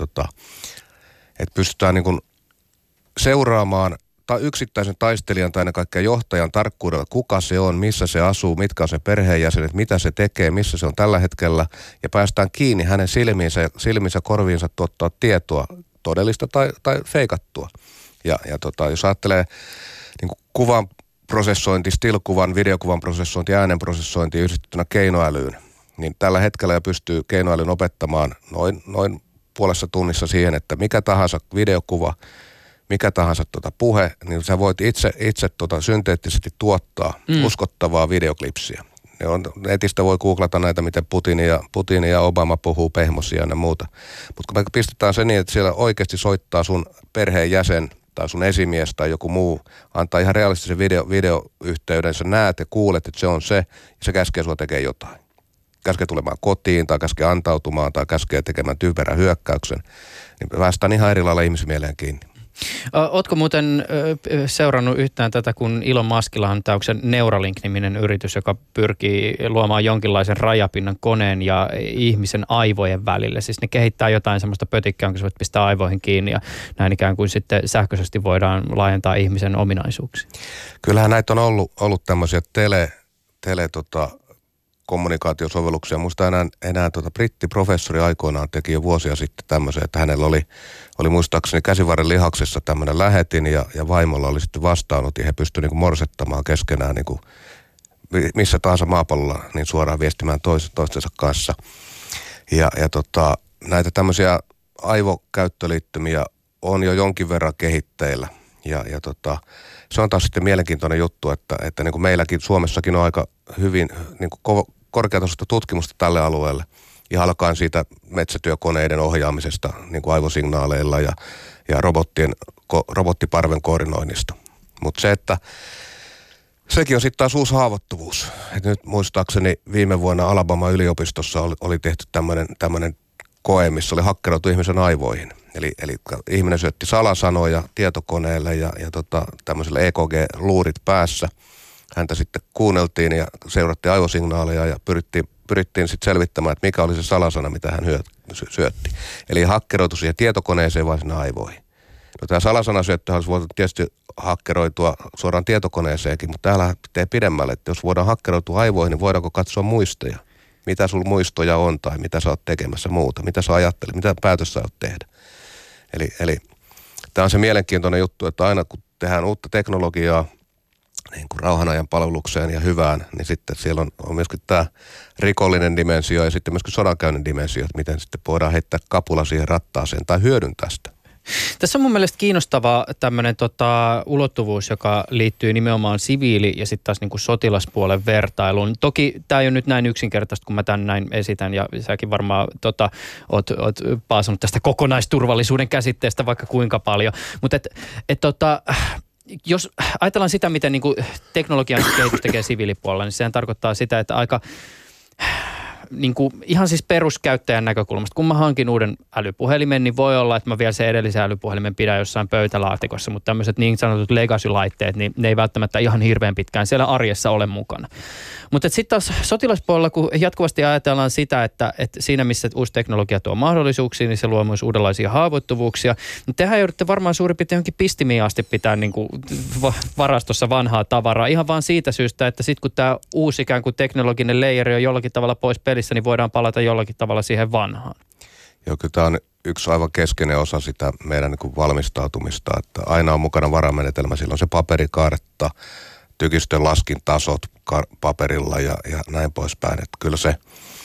että pystytään niin kuin seuraamaan yksittäisen taistelijan tai ennen kaikkea johtajan tarkkuudella, kuka se on, missä se asuu, mitkä on se perheenjäsenet, mitä se tekee, missä se on tällä hetkellä, ja päästään kiinni hänen silmiinsä korviinsa tuottaa tietoa, todellista tai feikattua. Ja jos ajattelee niin kuin kuvan prosessointi, still-kuvan, videokuvan prosessointi, äänen prosessointi yhdistettynä keinoälyyn, niin tällä hetkellä jo pystyy keinoälyn opettamaan noin puolessa tunnissa siihen, että mikä tahansa videokuva, mikä tahansa puhe, niin sä voit itse synteettisesti tuottaa uskottavaa videoklipsiä. Netistä voi googlata näitä, miten Putin ja Obama puhuu pehmosia ja muuta. Mutta kun me pistetään se niin, että siellä oikeasti soittaa sun perheenjäsen tai sun esimies tai joku muu, antaa ihan realistisen videoyhteyden, sä näet ja kuulet, että se on se, ja se käskee sua tekemään jotain. Käskee tulemaan kotiin, tai käskee antautumaan, tai käskee tekemään typerän hyökkäyksen. Niin päästään ihan eri lailla ihmismieleen kiinni. Ootko muuten seurannut yhtään tätä, kun Elon Muskilla on tämä Neuralink-niminen yritys, joka pyrkii luomaan jonkinlaisen rajapinnan koneen ja ihmisen aivojen välille. Siis ne kehittää jotain semmoista pötikkää, jonka sä voit pistää aivoihin kiinni ja näin ikään kuin sitten sähköisesti voidaan laajentaa ihmisen ominaisuuksia. Kyllähän näitä on ollut tämmöisiä kommunikaatiosovelluksia. Musta enää brittiprofessori aikoinaan teki jo vuosia sitten tämmöisen, että hänellä oli muistaakseni käsivarren lihaksessa tämmöinen lähetin ja vaimolla oli sitten vastaanot ja he pystyivät niinku morsettamaan keskenään niinku missä tahansa maapallolla niin suoraan viestimään toistensa kanssa. Ja näitä tämmöisiä aivokäyttöliittymiä on jo jonkin verran kehitteillä ja se on taas sitten mielenkiintoinen juttu, että niin kuin meilläkin Suomessakin on aika hyvin niin kuin korkeatasoista tutkimusta tälle alueelle. Ja alkaen siitä metsätyökoneiden ohjaamisesta niin kuin aivosignaaleilla ja robottiparven koordinoinnista. Mutta se, että sekin on sitten taas uusi haavoittuvuus. Et nyt muistaakseni viime vuonna Alabama yliopistossa oli tehty tämmöinen koe, missä oli hakkeroitu ihmisen aivoihin. Eli ihminen syötti salasanoja tietokoneelle ja tämmöiselle EKG-luurit päässä. Häntä sitten kuunneltiin ja seurattiin aivosignaaleja ja pyrittiin sitten selvittämään, että mikä oli se salasana, mitä hän syötti. Eli hakkeroitu siihen tietokoneeseen vai sinne aivoihin. No tämä salasanasyöttö olisi voitu tietysti hakkeroitua suoraan tietokoneeseenkin, mutta täällä pitää pidemmälle, että jos voidaan hakkeroitua aivoihin, niin voidaanko katsoa muistoja? Mitä sulla muistoja on tai mitä sä oot tekemässä muuta, mitä sä ajattelet, mitä päätös sä oot tehdä. Eli tämä on se mielenkiintoinen juttu, että aina kun tehdään uutta teknologiaa niin kuin rauhanajan palvelukseen ja hyvään, niin sitten siellä on myöskin tämä rikollinen dimensio ja sitten myöskin sodankäynnin dimensio, että miten sitten voidaan heittää kapula siihen rattaaseen tai hyödyntää sitä. Tässä on mun mielestä kiinnostava tämmöinen ulottuvuus, joka liittyy nimenomaan siviili- ja sitten taas niin kuin sotilaspuolen vertailuun. Toki tämä ei ole nyt näin yksinkertaista, kun mä tämän näin esitän, ja säkin varmaan oot paasannut tästä kokonaisturvallisuuden käsitteestä vaikka kuinka paljon. Mutta jos ajatellaan sitä, miten niin kuin teknologian kehitys tekee siviilipuolella, niin sehän tarkoittaa sitä, että aika niin kuin ihan siis peruskäyttäjän näkökulmasta, kun mä hankin uuden älypuhelimen, niin voi olla, että mä vielä sen edellisen älypuhelimen pidän jossain pöytälaatikossa, mutta tämmöiset niin sanotut legacy-laitteet, niin ne ei välttämättä ihan hirveän pitkään siellä arjessa ole mukana. Mutta sitten taas sotilaspuolella, kun jatkuvasti ajatellaan sitä, että siinä missä uusi teknologia tuo mahdollisuuksia, niin se luo myös uudenlaisia haavoittuvuuksia, niin tehän joudutte varmaan suurin piirtein johonkin pistimiin asti pitää niin kuin varastossa vanhaa tavaraa, ihan vaan siitä syystä, että sitten kun tämä uusi ikään kuin teknologinen leijeri on jollakin tavalla pois pelissä, niin voidaan palata jollakin tavalla siihen vanhaan. Joo, kyllä tämä on yksi aivan keskeinen osa sitä meidän niin kuin valmistautumista, että aina on mukana varamenetelmä. Silloin se paperikartta tykistön laskintasot paperilla ja näin poispäin. Että kyllä se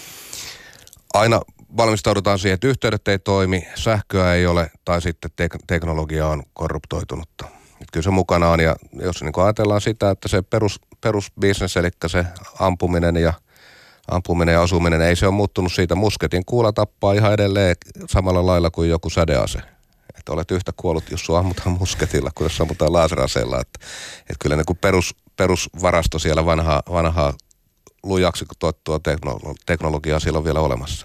aina valmistaudutaan siihen, että yhteydet ei toimi, sähköä ei ole tai sitten teknologia on korruptoitunutta. Että kyllä se mukana on ja jos niin ajatellaan sitä, että se perusbusiness, eli se ampuminen ja asuminen, ei se ole muuttunut siitä. Musketin kuula tappaa ihan edelleen samalla lailla kuin joku sädease. Että olet yhtä kuollut, jos sua ammutaan musketilla, kuin jos ammutaan laaseraseella. Että kyllä niin kuin perusvarasto siellä vanhaa lujaksi tuottua teknologiaa siellä on vielä olemassa.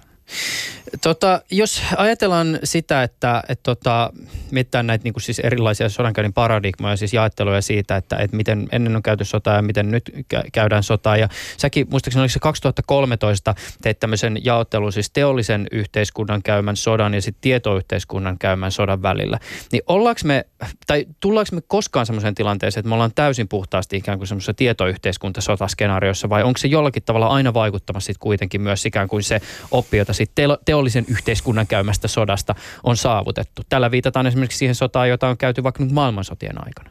Jos ajatellaan sitä, että mietitään näitä niin kuin siis erilaisia sodankäynnin paradigmoja, siis jaetteluja siitä, että miten ennen on käyty sotaa ja miten nyt käydään sotaa. Ja säkin, muistaakseni oliko se 2013, teit tämmöisen jaottelun siis teollisen yhteiskunnan käymän sodan ja sitten tietoyhteiskunnan käymän sodan välillä. Niin tullaanko me koskaan semmoiseen tilanteeseen, että me ollaan täysin puhtaasti ikään kuin semmoisessa tietoyhteiskuntasotaskenaariossa vai onko se jollakin tavalla aina vaikuttamassa sitten kuitenkin myös ikään kuin se oppi, jota sitten teollisen yhteiskunnan käymästä sodasta on saavutettu. Tällä viitataan esimerkiksi siihen sotaan, jota on käyty vaikka nyt maailmansotien aikana.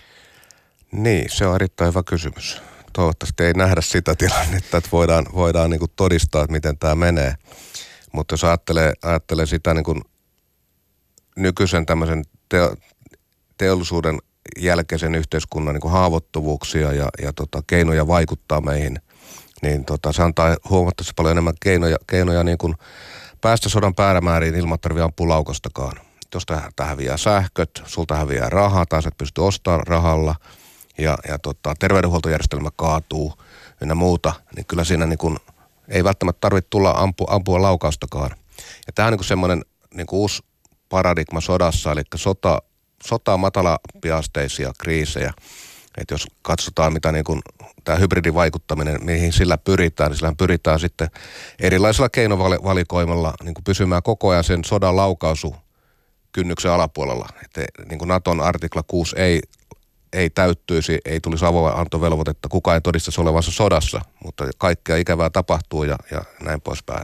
Niin, se on erittäin hyvä kysymys. Toivottavasti ei nähdä sitä tilannetta, että voidaan niin kuin todistaa, että miten tämä menee. Mutta jos ajattelee sitä niin kuin nykyisen tämmöisen teollisuuden jälkeisen yhteiskunnan niin kuin haavoittuvuuksia ja keinoja vaikuttaa meihin, niin se antaa huomattavasti paljon enemmän keinoja niin kuin päästä sodan päämääriin ilman, että tarvitse ampua laukastakaan. Jos häviää sähköt, sulta häviää rahaa, taas et pysty ostamaan rahalla ja terveydenhuoltojärjestelmä kaatuu ynnä muuta, niin kyllä siinä niin kuin ei välttämättä tarvitse tulla ampua laukaustakaan. Ja tämä on niin kuin semmoinen niin kuin uusi paradigma sodassa, eli sota on matalapiasteisia kriisejä. Että jos katsotaan, mitä niin kuin tämä hybridivaikuttaminen, mihin sillä pyritään, niin sillähän pyritään sitten erilaisilla keinovalikoimalla niin kuin pysymään koko ajan sen sodan laukaisukynnyksen alapuolella. Että niin kuin Naton artikla 6 ei täyttyisi, ei tulisi avoinantovelvoitetta, kukaan ei todistaisi olevansa sodassa, mutta kaikkea ikävää tapahtuu ja näin poispäin.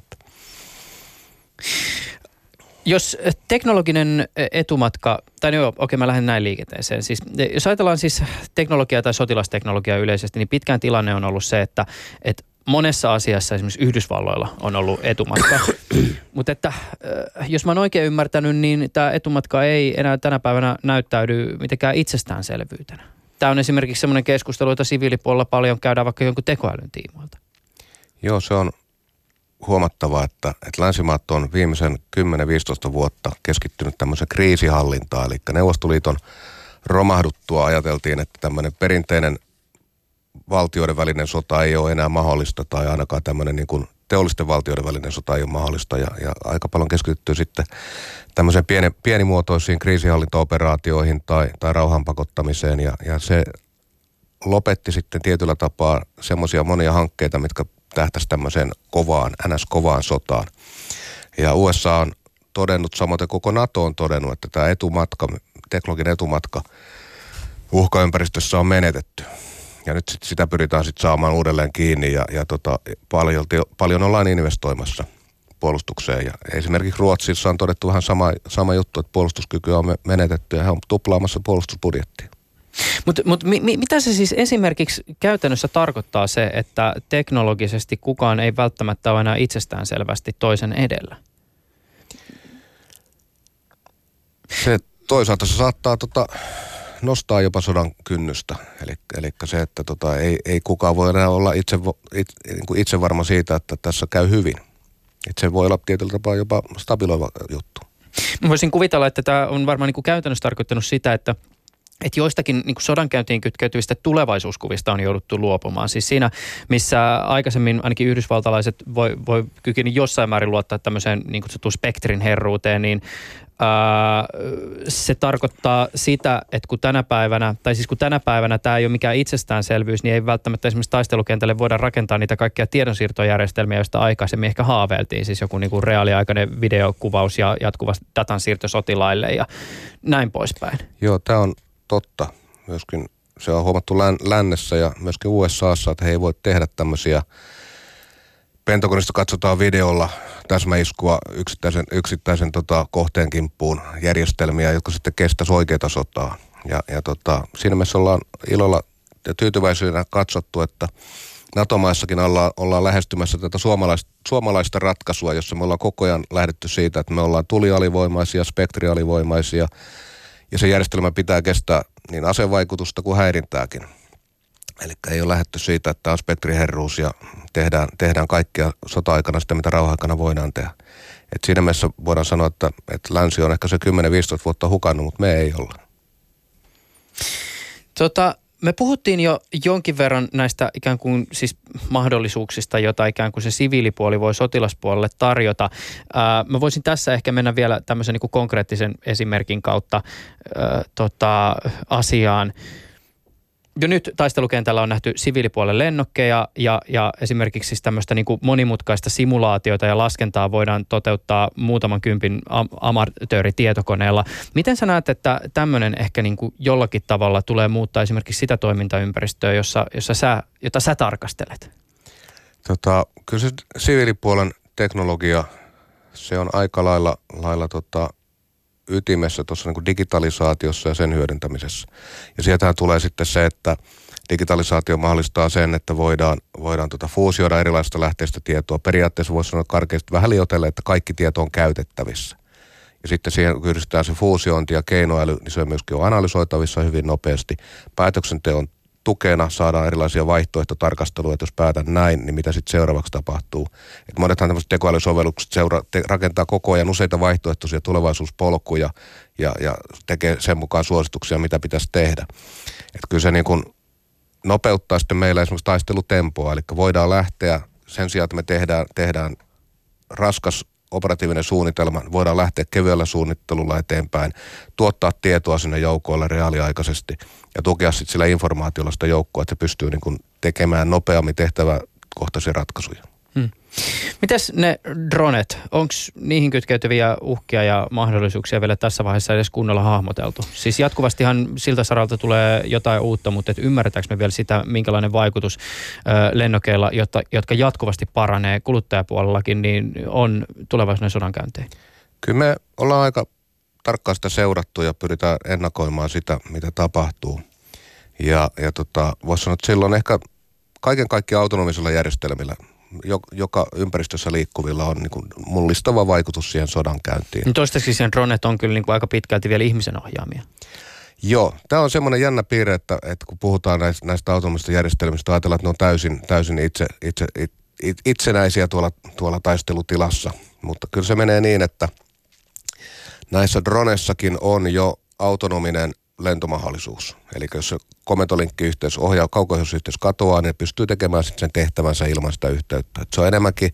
Jos teknologinen etumatka, mä lähden näin liikenteeseen. Siis, jos ajatellaan siis teknologiaa tai sotilasteknologiaa yleisesti, niin pitkään tilanne on ollut se, että monessa asiassa esimerkiksi Yhdysvalloilla on ollut etumatka. Mutta että jos mä oon oikein ymmärtänyt, niin tämä etumatka ei enää tänä päivänä näyttäydy mitenkään itsestäänselvyytenä. Tämä on esimerkiksi semmoinen keskustelu, jota siviilipuolella paljon käydään vaikka jonkun tekoälyn tiimoilta. Joo, se on huomattavaa, että länsimaat on viimeisen 10-15 vuotta keskittynyt tämmöiseen kriisihallintaan. Eli Neuvostoliiton romahduttua ajateltiin, että tämmöinen perinteinen valtioiden välinen sota ei ole enää mahdollista tai ainakaan tämmöinen niin kuin teollisten valtioiden välinen sota ei ole mahdollista ja aika paljon keskityttyy sitten tämmöiseen pienimuotoisiin kriisihallintaoperaatioihin tai rauhan pakottamiseen ja se lopetti sitten tietyllä tapaa semmoisia monia hankkeita, mitkä tähtäisi tämmöiseen kovaan sotaan. Ja USA on todennut, samoin koko NATO on todennut, että tämä teknologinen etumatka uhkaympäristössä on menetetty. Ja nyt sitä pyritään sitten saamaan uudelleen kiinni ja paljon ollaan investoimassa puolustukseen. Ja esimerkiksi Ruotsissa on todettu vähän sama juttu, että puolustuskykyä on menetetty ja he on tuplaamassa puolustusbudjettia. Mutta mitä se siis esimerkiksi käytännössä tarkoittaa se, että teknologisesti kukaan ei välttämättä ole enää itsestäänselvästi toisen edellä? Toisaalta se saattaa nostaa jopa sodan kynnystä. Eli se, että ei kukaan voi enää olla itse varma siitä, että tässä käy hyvin. Että se voi olla tietyllä tapaa jopa stabiloiva juttu. Mä voisin kuvitella, että tämä on varmaan niin kuin käytännössä tarkoittanut sitä, että joistakin niin kuin sodankäyntiin kytkeytyvistä tulevaisuuskuvista on jouduttu luopumaan. Siis siinä, missä aikaisemmin ainakin yhdysvaltalaiset voi kykeni jossain määrin luottaa tämmöiseen niin kutsuttuun spektrin herruuteen, niin se tarkoittaa sitä, että kun tänä päivänä tämä ei ole mikään itsestäänselvyys, niin ei välttämättä esimerkiksi taistelukentälle voida rakentaa niitä kaikkia tiedonsiirtojärjestelmiä, joista aikaisemmin ehkä haaveiltiin. Siis joku niin kuin reaaliaikainen videokuvaus ja jatkuva datansiirto sotilaille ja näin poispäin. Joo, tämä on totta. Myöskin se on huomattu lännessä ja myöskin USAssa, että he ei voi tehdä tämmöisiä. Pentagonista katsotaan videolla täsmäiskua yksittäisen kohteen kimppuun järjestelmiä, jotka sitten kestäisi oikeata sotaa. Ja siinä mielessä ollaan ilolla tyytyväisyydellä katsottu, että NATO-maissakin ollaan lähestymässä tätä suomalaista ratkaisua, jossa me ollaan koko ajan lähdetty siitä, että me ollaan tulialivoimaisia, spektrialivoimaisia, ja se järjestelmä pitää kestää niin asevaikutusta kuin häirintääkin. Eli ei ole lähdetty siitä, että on spektriherruus ja tehdään kaikkea sota-aikana sitä, mitä rauha-aikana voidaan tehdä. Et siinä mielessä voidaan sanoa, että länsi on ehkä se 10-15 vuotta hukannut, mutta me ei olla. Me puhuttiin jo jonkin verran näistä ikään kuin siis mahdollisuuksista, jota ikään kuin se siviilipuoli voi sotilaspuolelle tarjota. Mä voisin tässä ehkä mennä vielä tämmöisen niin kuin konkreettisen esimerkin kautta asiaan. Jo nyt taistelukentällä on nähty siviilipuolen lennokkeja ja esimerkiksi siis tämmöistä niin kuin monimutkaista simulaatiota ja laskentaa voidaan toteuttaa muutaman kympin amatööritietokoneella. Miten sä näet, että tämmöinen ehkä niin kuin jollakin tavalla tulee muuttaa esimerkiksi sitä toimintaympäristöä, jota sä tarkastelet? Kyllä se siviilipuolen teknologia, se on aika lailla ytimessä tuossa niin kuin digitalisaatiossa ja sen hyödyntämisessä. Ja sieltähän tulee sitten se, että digitalisaatio mahdollistaa sen, että voidaan fuusioida erilaisista lähteistä tietoa. Periaatteessa voisi sanoa karkeasti vähän liioitelle, että kaikki tieto on käytettävissä. Ja sitten siihen kun yhdistetään se fuusiointi ja keinoäly, niin se myöskin on analysoitavissa hyvin nopeasti. Päätöksenteon tukena saadaan erilaisia vaihtoehtotarkasteluja, että jos päätän näin, niin mitä sitten seuraavaksi tapahtuu. Et monethan tämmöiset tekoälysovellukset rakentaa koko ajan useita vaihtoehtoisia tulevaisuuspolkuja ja tekee sen mukaan suosituksia, mitä pitäisi tehdä. Et kyllä se niin kuin nopeuttaa sitten meillä esimerkiksi taistelutempoa, eli voidaan lähteä sen sijaan, että me tehdään raskas operatiivinen suunnitelma, voidaan lähteä kevyellä suunnittelulla eteenpäin, tuottaa tietoa sinne joukoille reaaliaikaisesti ja tukea sitten sillä informaatiolla sitä joukkoa, että se pystyy niin kuin tekemään nopeammin tehtäväkohtaisia ratkaisuja. Mites ne dronet, onko niihin kytkeytyviä uhkia ja mahdollisuuksia vielä tässä vaiheessa edes kunnolla hahmoteltu? Siis jatkuvastihan siltä saralta tulee jotain uutta, mutta ymmärretäänkö me vielä sitä, minkälainen vaikutus lennokeilla, jotka jatkuvasti paranee kuluttajapuolellakin, niin on tulevaisuuden sodankäyntiin? Kyllä me ollaan aika tarkkaan sitä seurattu ja pyritään ennakoimaan sitä, mitä tapahtuu. Ja voisi sanoa, että silloin ehkä kaiken kaikkiaan autonomisilla järjestelmillä, joka ympäristössä liikkuvilla on niin kuin mullistava vaikutus siihen sodankäyntiin. Niin toistaiseksi sen dronet on kyllä niin kuin aika pitkälti vielä ihmisen ohjaamia. Joo, tämä on semmoinen jännä piirre, että kun puhutaan näistä autonomisista järjestelmistä, ajatellaan, että ne on täysin itsenäisiä tuolla taistelutilassa. Mutta kyllä se menee niin, että näissä droneissakin on jo autonominen lentomahdollisuus. Eli jos se komentolinkkiyhteys, kauko-ohjausyhteys katoaa, niin pystyy tekemään sitten sen tehtävänsä ilman sitä yhteyttä. Et se on enemmänkin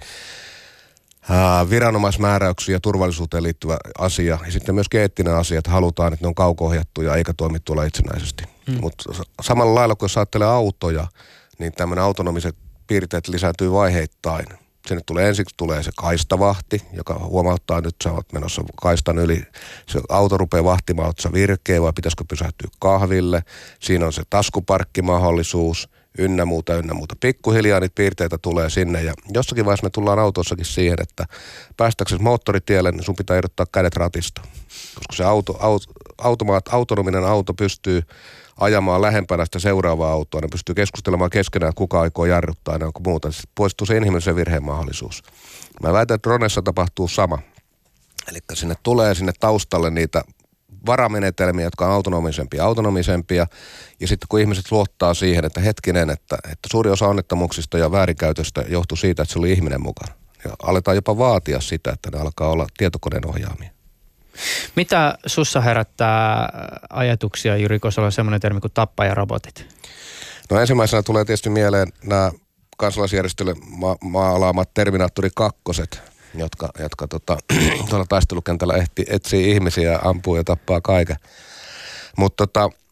viranomaismääräyksiä ja turvallisuuteen liittyvä asia. Ja sitten myöskin eettinen asia, että halutaan, että ne on kauko-ohjattuja eikä toimi tuolla itsenäisesti. Mutta samalla lailla, kun jos ajattelee autoja, niin tämmöinen autonomiset piirteet lisääntyy vaiheittain. Sinne ensiksi tulee se kaistavahti, joka huomauttaa, nyt sä oot menossa kaistan yli. Se auto rupeaa vahtimaan, oot sä virkeä vai pitäisikö pysähtyä kahville. Siinä on se taskuparkkimahdollisuus, ynnä muuta. Pikkuhiljaa niitä piirteitä tulee sinne ja jossakin vaiheessa me tullaan autossakin siihen, että päästäksesi moottoritielle, niin sun pitää irrottaa kädet ratista. Koska se autonominen auto pystyy ajamaan lähempänä sitä seuraavaa autoa, ne pystyy keskustelemaan keskenään, kuka aikoo jarruttaa ja onko muuta. Sitten poistuu se inhimillisen virheen mahdollisuus. Mä väitän, että dronessa tapahtuu sama. Eli sinne tulee sinne taustalle niitä varamenetelmiä, jotka on autonomisempia. Ja sitten kun ihmiset luottaa siihen, että hetkinen, että suuri osa onnettomuuksista ja väärinkäytöstä johtuu siitä, että se oli ihminen mukana. Ja aletaan jopa vaatia sitä, että ne alkaa olla tietokoneen ohjaamia. Mitä sussa herättää ajatuksia, Jyri Kosola, semmoinen termi kuin tappajarobotit? No ensimmäisenä tulee tietysti mieleen nämä kansalaisjärjestölle maalaamat Terminaattori 2, jotka tuolla taistelukentällä etsii ihmisiä, ampuu ja tappaa kaiken. Mutta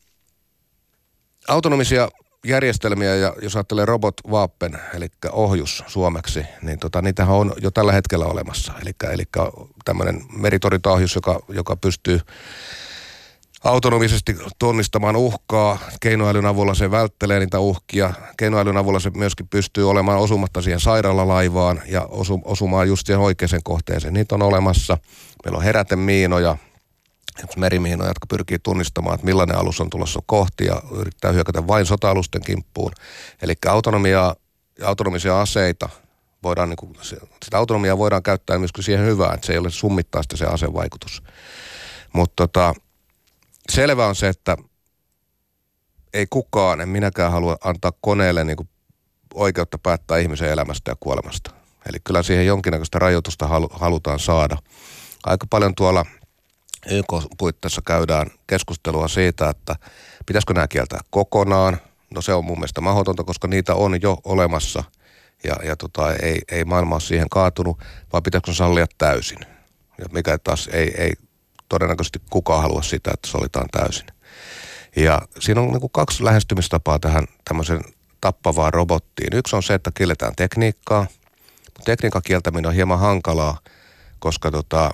autonomisia järjestelmiä ja jos ajattelee robot-vapen, eli ohjus suomeksi, niin niitähän on jo tällä hetkellä olemassa. Eli tämmöinen meritorjuntaohjus, joka pystyy autonomisesti tunnistamaan uhkaa. Keinoälyn avulla se välttelee niitä uhkia. Keinoälyn avulla se myöskin pystyy olemaan osumatta siihen sairaalalaivaan ja osumaan just siihen oikeaan kohteeseen. Niitä on olemassa. Meillä on herätemiinoja. merimiinoja, jotka pyrkii tunnistamaan, että millainen alus on tulossa kohti ja yrittää hyökätä vain sota-alusten kimppuun. Eli autonomisia aseita voidaan, niin kuin, sitä autonomiaa voidaan käyttää myöskin siihen hyvään, että se ei ole summittaa sitä se asevaikutus. Mutta selvä on se, että ei kukaan, en minäkään halua antaa koneelle niin kuin oikeutta päättää ihmisen elämästä ja kuolemasta. Eli kyllä siihen jonkinnäköistä rajoitusta halutaan saada. Aika paljon tuolla YK-puitteissa käydään keskustelua siitä, että pitäisikö nämä kieltää kokonaan. No se on mun mielestä mahdotonta, koska niitä on jo olemassa ja ei maailma ole siihen kaatunut, vaan pitäisikö sallia täysin. Ja mikä taas ei todennäköisesti kukaan halua sitä, että solitaan täysin. Ja siinä on niin kuin 2 lähestymistapaa tähän tämmöisen tappavaan robottiin. Yksi on se, että kielletään tekniikkaa. Tekniikan kieltäminen on hieman hankalaa, koska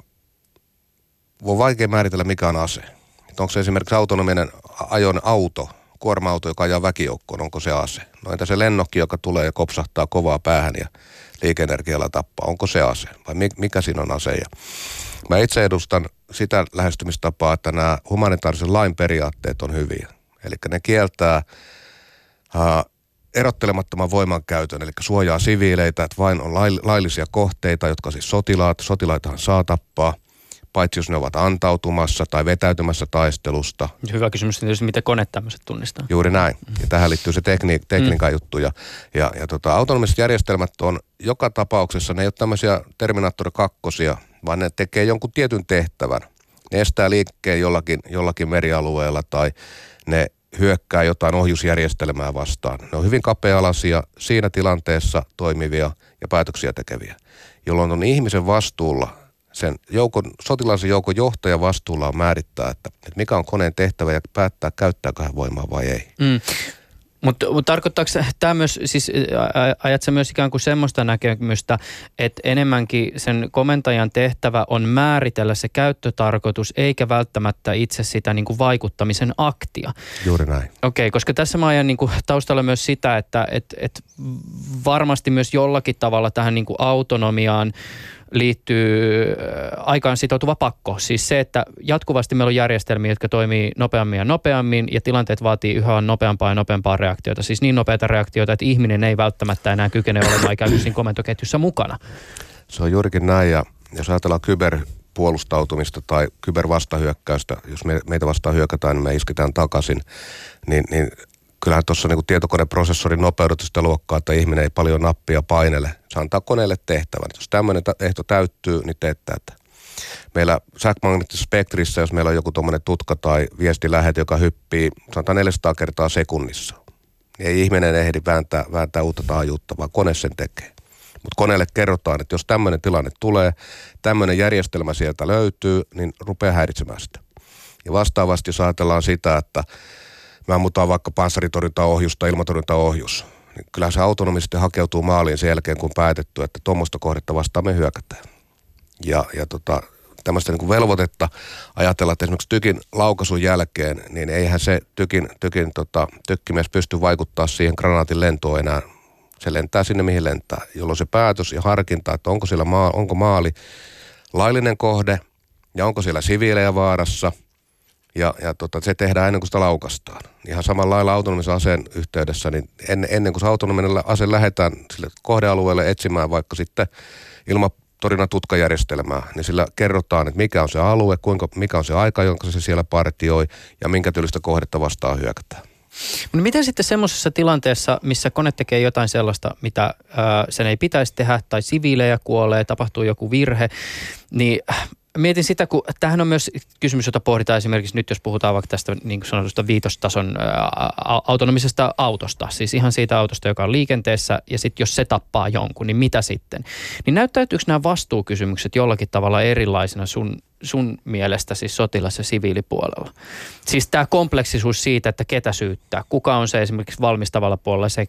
on vaikea määritellä, mikä on ase. Onko se esimerkiksi autonominen ajon auto, kuorma-auto, joka ajaa väkijoukkoon, onko se ase? No entä se lennokki, joka tulee ja kopsahtaa kovaa päähän ja liike-energialla tappaa, onko se ase? Vai mikä siinä on ase? Ja mä itse edustan sitä lähestymistapaa, että nämä humanitaarisen lain periaatteet on hyviä. Eli ne kieltää erottelemattoman voimankäytön, eli suojaa siviileitä, että vain on laillisia kohteita, jotka siis sotilaitahan saa tappaa, paitsi jos ne ovat antautumassa tai vetäytymässä taistelusta. Hyvä kysymys tietysti, miten kone tämmöiset tunnistaa. Juuri näin. Ja tähän liittyy se tekniikan juttu. Ja autonomiset järjestelmät on joka tapauksessa, ne ei ole tämmöisiä Terminaattori 2, vaan ne tekee jonkun tietyn tehtävän. Ne estää liikkeen jollakin merialueella tai ne hyökkää jotain ohjusjärjestelmää vastaan. Ne on hyvin kapea-alaisia, siinä tilanteessa toimivia ja päätöksiä tekeviä, jolloin on ihmisen vastuulla, sen sotilaisen joukon johtajan vastuulla on määrittää, että mikä on koneen tehtävä ja päättää, käyttääkö hän voimaa vai ei. Mutta tarkoittaako tämä myös, siis ajatko myös ikään kuin semmoista näkemystä, että enemmänkin sen komentajan tehtävä on määritellä se käyttötarkoitus, eikä välttämättä itse sitä niin kuin vaikuttamisen aktia? Juuri näin. Okei, koska tässä mä ajan niin kuin taustalla myös sitä, että varmasti myös jollakin tavalla tähän niin kuin autonomiaan liittyy aikaan sitoutuva pakko. Siis se, että jatkuvasti meillä on järjestelmiä, jotka toimii nopeammin ja nopeammin ja tilanteet vaatii yhä nopeampaa ja nopeampaa reaktiota. Siis niin nopeita reaktioita, että ihminen ei välttämättä enää kykene olemaan ikään kuin siinä komentoketjussa mukana. Se on juurikin näin ja jos ajatellaan kyberpuolustautumista tai kybervastahyökkäystä, jos meitä vastaan hyökätään, niin me isketään takaisin, niin kyllähän tuossa niin tietokoneprosessorin nopeudet sitä luokkaa, että ihminen ei paljon nappia painele. Se antaa koneelle tehtävän. Jos tämmöinen ehto täyttyy, niin teettää, että meillä sähkömagneettisessa spektrissä, jos meillä on joku tuommoinen tutka tai viestilähete, joka hyppii 400 kertaa sekunnissa, niin ei ihminen ehdi vääntää uutta taajuutta, vaan kone sen tekee. Mutta koneelle kerrotaan, että jos tämmöinen tilanne tulee, tämmöinen järjestelmä sieltä löytyy, niin rupeaa häiritsemään sitä. Ja vastaavasti, jos ajatellaan sitä, että me ammutaan vaikka panssaritorjuntaohjus tai ilmatorjuntaohjus, niin kyllähän se autonomisesti hakeutuu maaliin sen jälkeen, kun päätetty, että tuommoista kohdetta vastaan me hyökätään. Ja tämmöistä niin kuin velvoitetta ajatella, että esimerkiksi tykin laukaisun jälkeen, niin eihän se tykkimies pysty vaikuttaa siihen granaatin lentoon enää. Se lentää sinne, mihin lentää, jolloin se päätös ja harkinta, että onko maali laillinen kohde ja onko siellä siviilejä vaarassa, ja se tehdään ennen kuin sitä laukaistaan. Ihan samalla lailla autonomisen aseen yhteydessä, niin ennen kuin se autonominen ase lähdetään sille kohdealueelle etsimään vaikka sitten ilmatorjunnan tutkajärjestelmää, niin sillä kerrotaan, että mikä on se alue, mikä on se aika, jonka se siellä partioi ja minkä tyylistä kohdetta vastaan hyökätään. No miten sitten semmoisessa tilanteessa, missä kone tekee jotain sellaista, mitä sen ei pitäisi tehdä, tai siviilejä kuolee, tapahtuu joku virhe, niin mietin sitä, kun tämähän on myös kysymys, jota pohditaan esimerkiksi nyt, jos puhutaan vaikka tästä niin kuin sanotusta 5-tason autonomisesta autosta. Siis ihan siitä autosta, joka on liikenteessä, ja sitten jos se tappaa jonkun, niin mitä sitten? Niin näyttäytyykö nämä vastuukysymykset jollakin tavalla erilaisena sun mielestä siis sotilas- ja siviilipuolella? Siis tämä kompleksisuus siitä, että ketä syyttää, kuka on se esimerkiksi valmistavalla puolella se,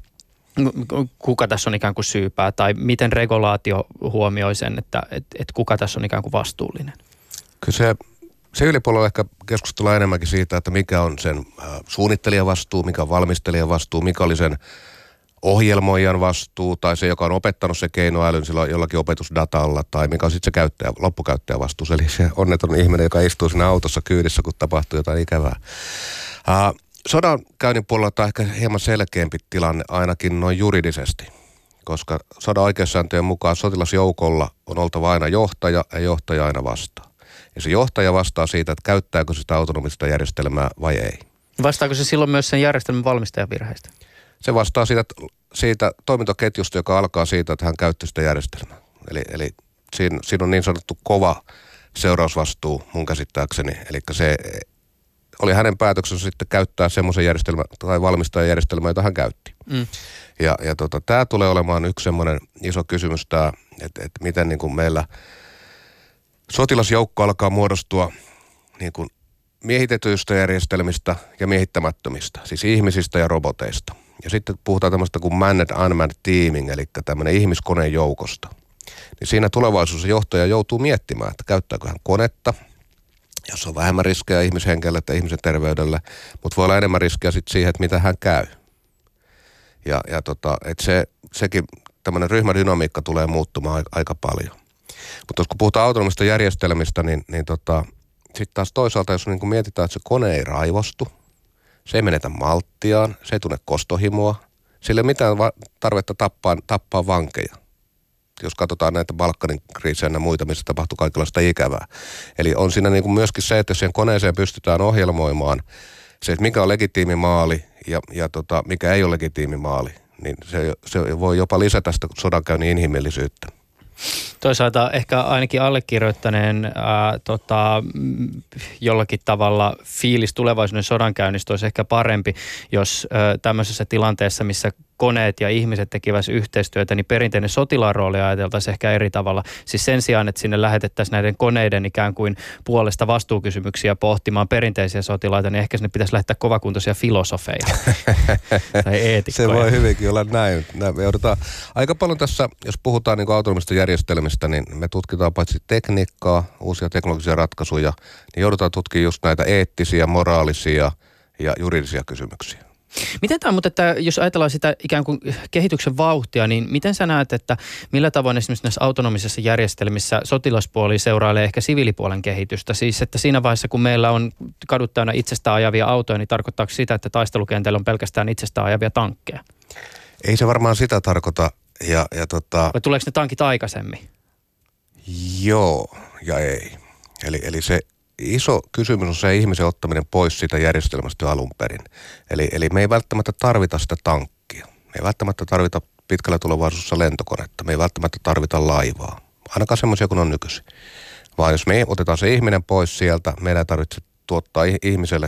kuka tässä on ikään kuin syypää, tai miten regulaatio huomioi sen, että kuka tässä on ikään kuin vastuullinen? Kyllä se ylipuolella ehkä keskustellaan enemmänkin siitä, että mikä on sen suunnittelijan vastuu, mikä on valmistelijan vastuu, mikä oli sen ohjelmoijan vastuu tai se, joka on opettanut se keinoälyn silloin jollakin opetusdatalla tai mikä on sitten se loppukäyttäjän vastuu. Eli se onneton ihminen, joka istuu siinä autossa kyydissä, kun tapahtuu jotain ikävää. Sodankäynnin puolella tämä on ehkä hieman selkeämpi tilanne ainakin noin juridisesti, koska sodan oikeussääntöjen mukaan sotilasjoukolla on oltava aina johtaja ja johtaja aina vastaa. Ja se johtaja vastaa siitä, että käyttääkö sitä autonomista järjestelmää vai ei. Vastaako se silloin myös sen järjestelmän valmistajan virheistä? Se vastaa siitä toimintoketjusta, joka alkaa siitä, että hän käytti sitä järjestelmää. Eli siinä on niin sanottu kova seurausvastuu mun käsittääkseni. Eli se oli hänen päätöksensä sitten käyttää semmoisen järjestelmän tai valmistajan järjestelmää, jota hän käytti. Ja tämä tulee olemaan yksi semmoinen iso kysymys, että miten niin kuin meillä sotilasjoukko alkaa muodostua niin kuin miehitetyistä järjestelmistä ja miehittämättömistä, siis ihmisistä ja roboteista. Ja sitten puhutaan tämmöistä kuin manned unmanned teaming, eli tämmöinen ihmiskoneen joukosta. Niin siinä tulevaisuudessa johtaja joutuu miettimään, että käyttääkö hän konetta, jos on vähemmän riskejä ihmishenkelle tai ihmisen terveydelle, mutta voi olla enemmän riskejä sitten siihen, että mitä hän käy. Että sekin tämmöinen ryhmädynamiikka tulee muuttumaan aika paljon. Mutta kun puhutaan autonomista järjestelmistä, niin sitten taas toisaalta, jos niin mietitään, että se kone ei raivostu, se ei menetä malttiaan, se ei tunne kostohimoa, sillä ei mitään tarvetta tappaa vankeja. Jos katsotaan näitä Balkanin kriisejä ja muita, missä tapahtuu kaikenlaista ikävää. Eli on siinä niin kuin myöskin se, että jos siihen koneeseen pystytään ohjelmoimaan se, että mikä on legitiimi maali ja mikä ei ole legitiimi maali, niin se voi jopa lisätä sitä sodankäynnin inhimillisyyttä. Toisaalta ehkä ainakin allekirjoittaneen jollakin tavalla fiilis tulevaisuuden sodankäynnistä olisi ehkä parempi, jos tämmöisessä tilanteessa, missä koneet ja ihmiset tekivät yhteistyötä, niin perinteinen sotilaan rooli ajateltaisiin ehkä eri tavalla. Siis sen sijaan, että sinne lähetettäisiin näiden koneiden ikään kuin puolesta vastuukysymyksiä pohtimaan perinteisiä sotilaita, niin ehkä sinne pitäisi lähettää kovakuntoisia filosofeja tai eetikkoja. Se voi hyvinkin olla näin. Me joudutaan aika paljon tässä, jos puhutaan niin autonomista järjestelmistä, niin me tutkitaan paitsi tekniikkaa, uusia teknologisia ratkaisuja, niin joudutaan tutkimaan just näitä eettisiä, moraalisia ja juridisia kysymyksiä. Miten tämä, mutta että jos ajatellaan sitä ikään kuin kehityksen vauhtia, niin miten sä näet, että millä tavoin esimerkiksi näissä autonomisissa järjestelmissä sotilaspuoli seurailee ehkä siviilipuolen kehitystä? Siis, että siinä vaiheessa, kun meillä on kadut täynnä itsestään ajavia autoja, niin tarkoittaako sitä, että taistelukentällä on pelkästään itsestään ajavia tankkeja? Ei se varmaan sitä tarkoita. Vai tuleeko ne tankit aikaisemmin? Joo ja ei. Eli se iso kysymys on se ihmisen ottaminen pois siitä järjestelmästä alun perin. Eli me ei välttämättä tarvita sitä tankkia. Me ei välttämättä tarvita pitkällä tulevaisuudessa lentokonetta. Me ei välttämättä tarvita laivaa. Ainakaan semmoisia kuin on nykyisin. Vaan jos me otetaan se ihminen pois sieltä, meidän ei tarvitse tuottaa ihmiselle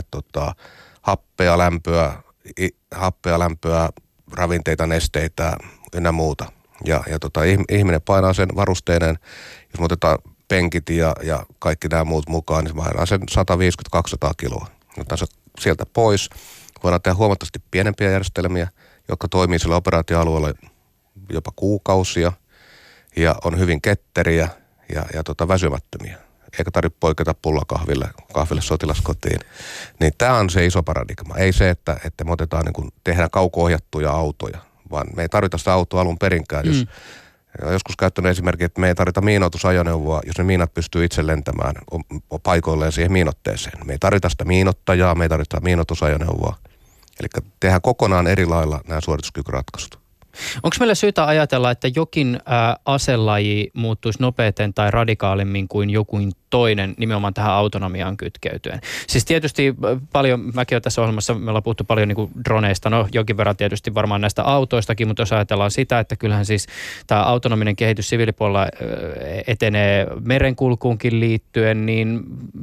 happea, lämpöä, ravinteita, nesteitä ynnä muuta. Ja ihminen painaa sen varusteineen, jos me otetaan penkit ja kaikki nämä muut mukaan, niin painaa sen 150-200 kiloa. Otetaan se sieltä pois. Voidaan tehdä huomattavasti pienempiä järjestelmiä, jotka toimii sillä operaatioalueella jopa kuukausia ja on hyvin ketteriä ja väsymättömiä. Eikä tarvitse poiketa pullakahville sotilaskotiin. Niin tämä on se iso paradigma. Ei se, että me otetaan niin kuin tehdään kauko-ohjattuja autoja, vaan me ei tarvita sitä autoa alun perinkään. Jos joskus käyttänyt esimerkiksi, että me ei tarvita miinoitusajoneuvoa, jos ne miinat pystyy itse lentämään paikoilleen siihen miinotteeseen. Me ei tarvita sitä miinottajaa, me ei tarvita miinoitusajoneuvoa. Eli tehdään kokonaan eri lailla nämä suorituskykyratkaisut. Onko meillä syytä ajatella, että jokin aselaji muuttuisi nopeiten tai radikaalimmin kuin joku toinen nimenomaan tähän autonomiaan kytkeytyen? Siis tietysti paljon, mäkin olen tässä ohjelmassa, me ollaan puhuttu paljon niin kuin droneista, no jonkin verran tietysti varmaan näistä autoistakin, mutta jos ajatellaan sitä, että kyllähän siis tämä autonominen kehitys siviilipuolella etenee merenkulkuunkin liittyen, niin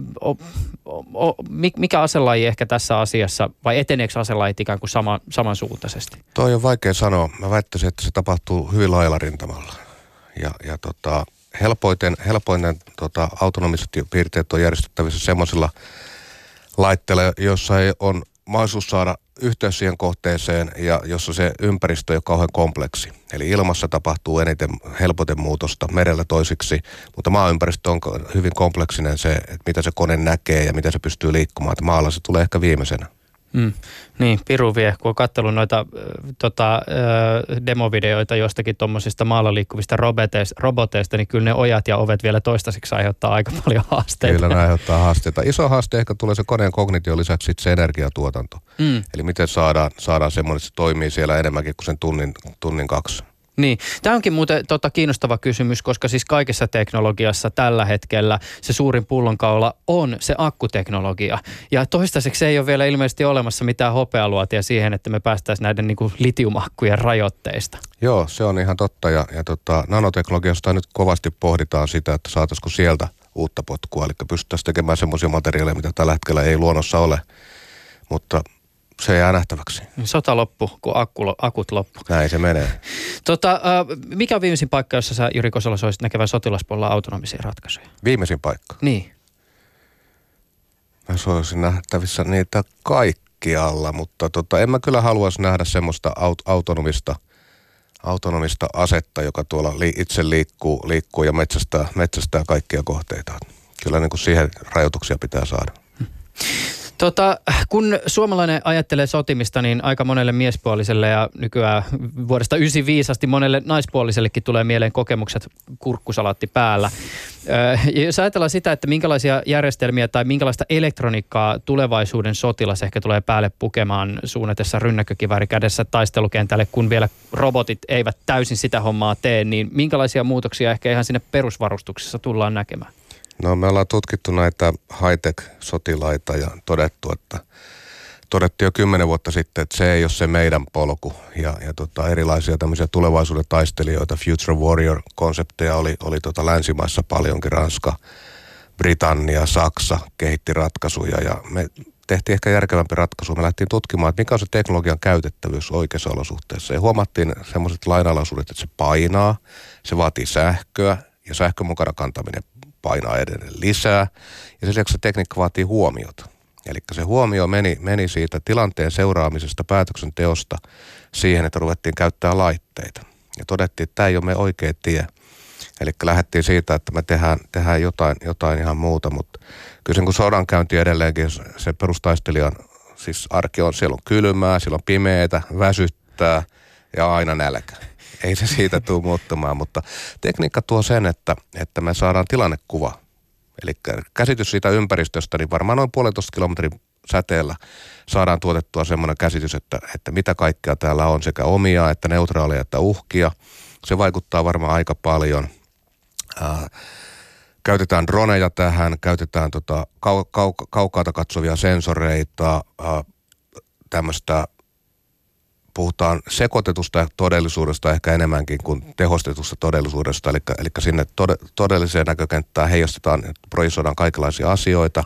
mikä aselaji ehkä tässä asiassa, vai eteneekö aselajit ikään kuin samansuuntaisesti? Toi on vaikea sanoa. Mä väittäisin, että se tapahtuu hyvin laajalla rintamalla. Helpoiten autonomiset piirteet on järjestettävissä semmoisilla laitteilla, jossa on mahdollisuus saada yhteys siihen kohteeseen ja jossa se ympäristö ei ole kauhean kompleksi. Eli ilmassa tapahtuu helpoten muutosta, merellä toisiksi, mutta maaympäristö on hyvin kompleksinen se, että mitä se kone näkee ja mitä se pystyy liikkumaan. Että maalla se tulee ehkä viimeisenä. Niin, piru vie, kun on katsellut noita demovideoita jostakin tuommoisista maalla liikkuvista roboteista, niin kyllä ne ojat ja ovet vielä toistaiseksi aiheuttaa aika paljon haasteita. Kyllä ne aiheuttaa haasteita. Iso haaste ehkä tulee se koneen kognition lisäksi sitten se energiatuotanto. Eli miten saadaan semmoinen, että se toimii siellä enemmänkin kuin sen tunnin 2. Niin, tämä onkin muuten kiinnostava kysymys, koska siis kaikessa teknologiassa tällä hetkellä se suurin pullonkaula on se akkuteknologia. Ja toistaiseksi ei ole vielä ilmeisesti olemassa mitään hopealuotia siihen, että me päästäisiin näiden niin kuin litiumakkujen rajoitteista. Joo, se on ihan totta. Ja nanoteknologiasta nyt kovasti pohditaan sitä, että saataisiko sieltä uutta potkua. Eli pystyttäisiin tekemään semmoisia materiaaleja, mitä tällä hetkellä ei luonnossa ole. Mutta se jää nähtäväksi. Sota loppu, kun akut loppu. Näin se menee. Mikä on viimeisin paikka, jossa sä, Jyri Kosola, soisit näkevän sotilaspuolella autonomisia ratkaisuja? Viimeisin paikka? Niin. Mä soisin nähtävissä niitä kaikkialla, mutta en mä kyllä haluaisi nähdä semmoista autonomista asetta, joka tuolla itse liikkuu ja metsästää kaikkia kohteita. Kyllä niin kuin siihen rajoituksia pitää saada. Kun suomalainen ajattelee sotimista, niin aika monelle miespuoliselle ja nykyään vuodesta 1995 asti monelle naispuolisellekin tulee mieleen kokemukset kurkkusalaatti päällä. Jos ajatellaan sitä, että minkälaisia järjestelmiä tai minkälaista elektroniikkaa tulevaisuuden sotilas ehkä tulee päälle pukemaan suunnatessa rynnäkkökivääri kädessä taistelukentälle, kun vielä robotit eivät täysin sitä hommaa tee, niin minkälaisia muutoksia ehkä ihan sinne perusvarustuksessa tullaan näkemään? No me ollaan tutkittu näitä high-tech-sotilaita ja todettiin jo 10 vuotta sitten, että se ei ole se meidän polku. Ja erilaisia tämmöisiä tulevaisuuden taistelijoita, Future Warrior-konsepteja oli länsimaissa paljonkin. Ranska, Britannia, Saksa kehitti ratkaisuja ja me tehtiin ehkä järkevämpi ratkaisu. Me lähdettiin tutkimaan, että mikä on se teknologian käytettävyys oikeassa olosuhteessa. Ja huomattiin semmoiset lainalaisuudet, että se painaa, se vaatii sähköä ja sähkön mukana kantaminen painaa edelleen lisää. Ja sen lisäksi se tekniikka vaatii huomiota. Eli se huomio meni siitä tilanteen seuraamisesta, päätöksenteosta siihen, että ruvettiin käyttää laitteita. Ja todettiin, että tämä ei ole meidän oikea tie. Eli lähdettiin siitä, että me tehdään jotain ihan muuta, mutta kyllä sen kun sodankäynti edelleenkin, se perustaistelijan siis arki on, siellä on kylmää, siellä on pimeätä, väsyttää ja aina nälkä. Ei se siitä tule muuttumaan, mutta tekniikka tuo sen, että me saadaan tilannekuva. Eli käsitys siitä ympäristöstä, niin varmaan noin 1,5 kilometrin säteellä saadaan tuotettua semmoinen käsitys, että mitä kaikkea täällä on, sekä omia että neutraaleja että uhkia. Se vaikuttaa varmaan aika paljon. Käytetään droneja tähän, käytetään kaukaalta katsovia sensoreita, tämmöistä. Puhutaan sekoitetusta todellisuudesta ehkä enemmänkin kuin tehostetusta todellisuudesta, eli sinne todelliseen näkökenttään heijastetaan, projisoidaan kaikenlaisia asioita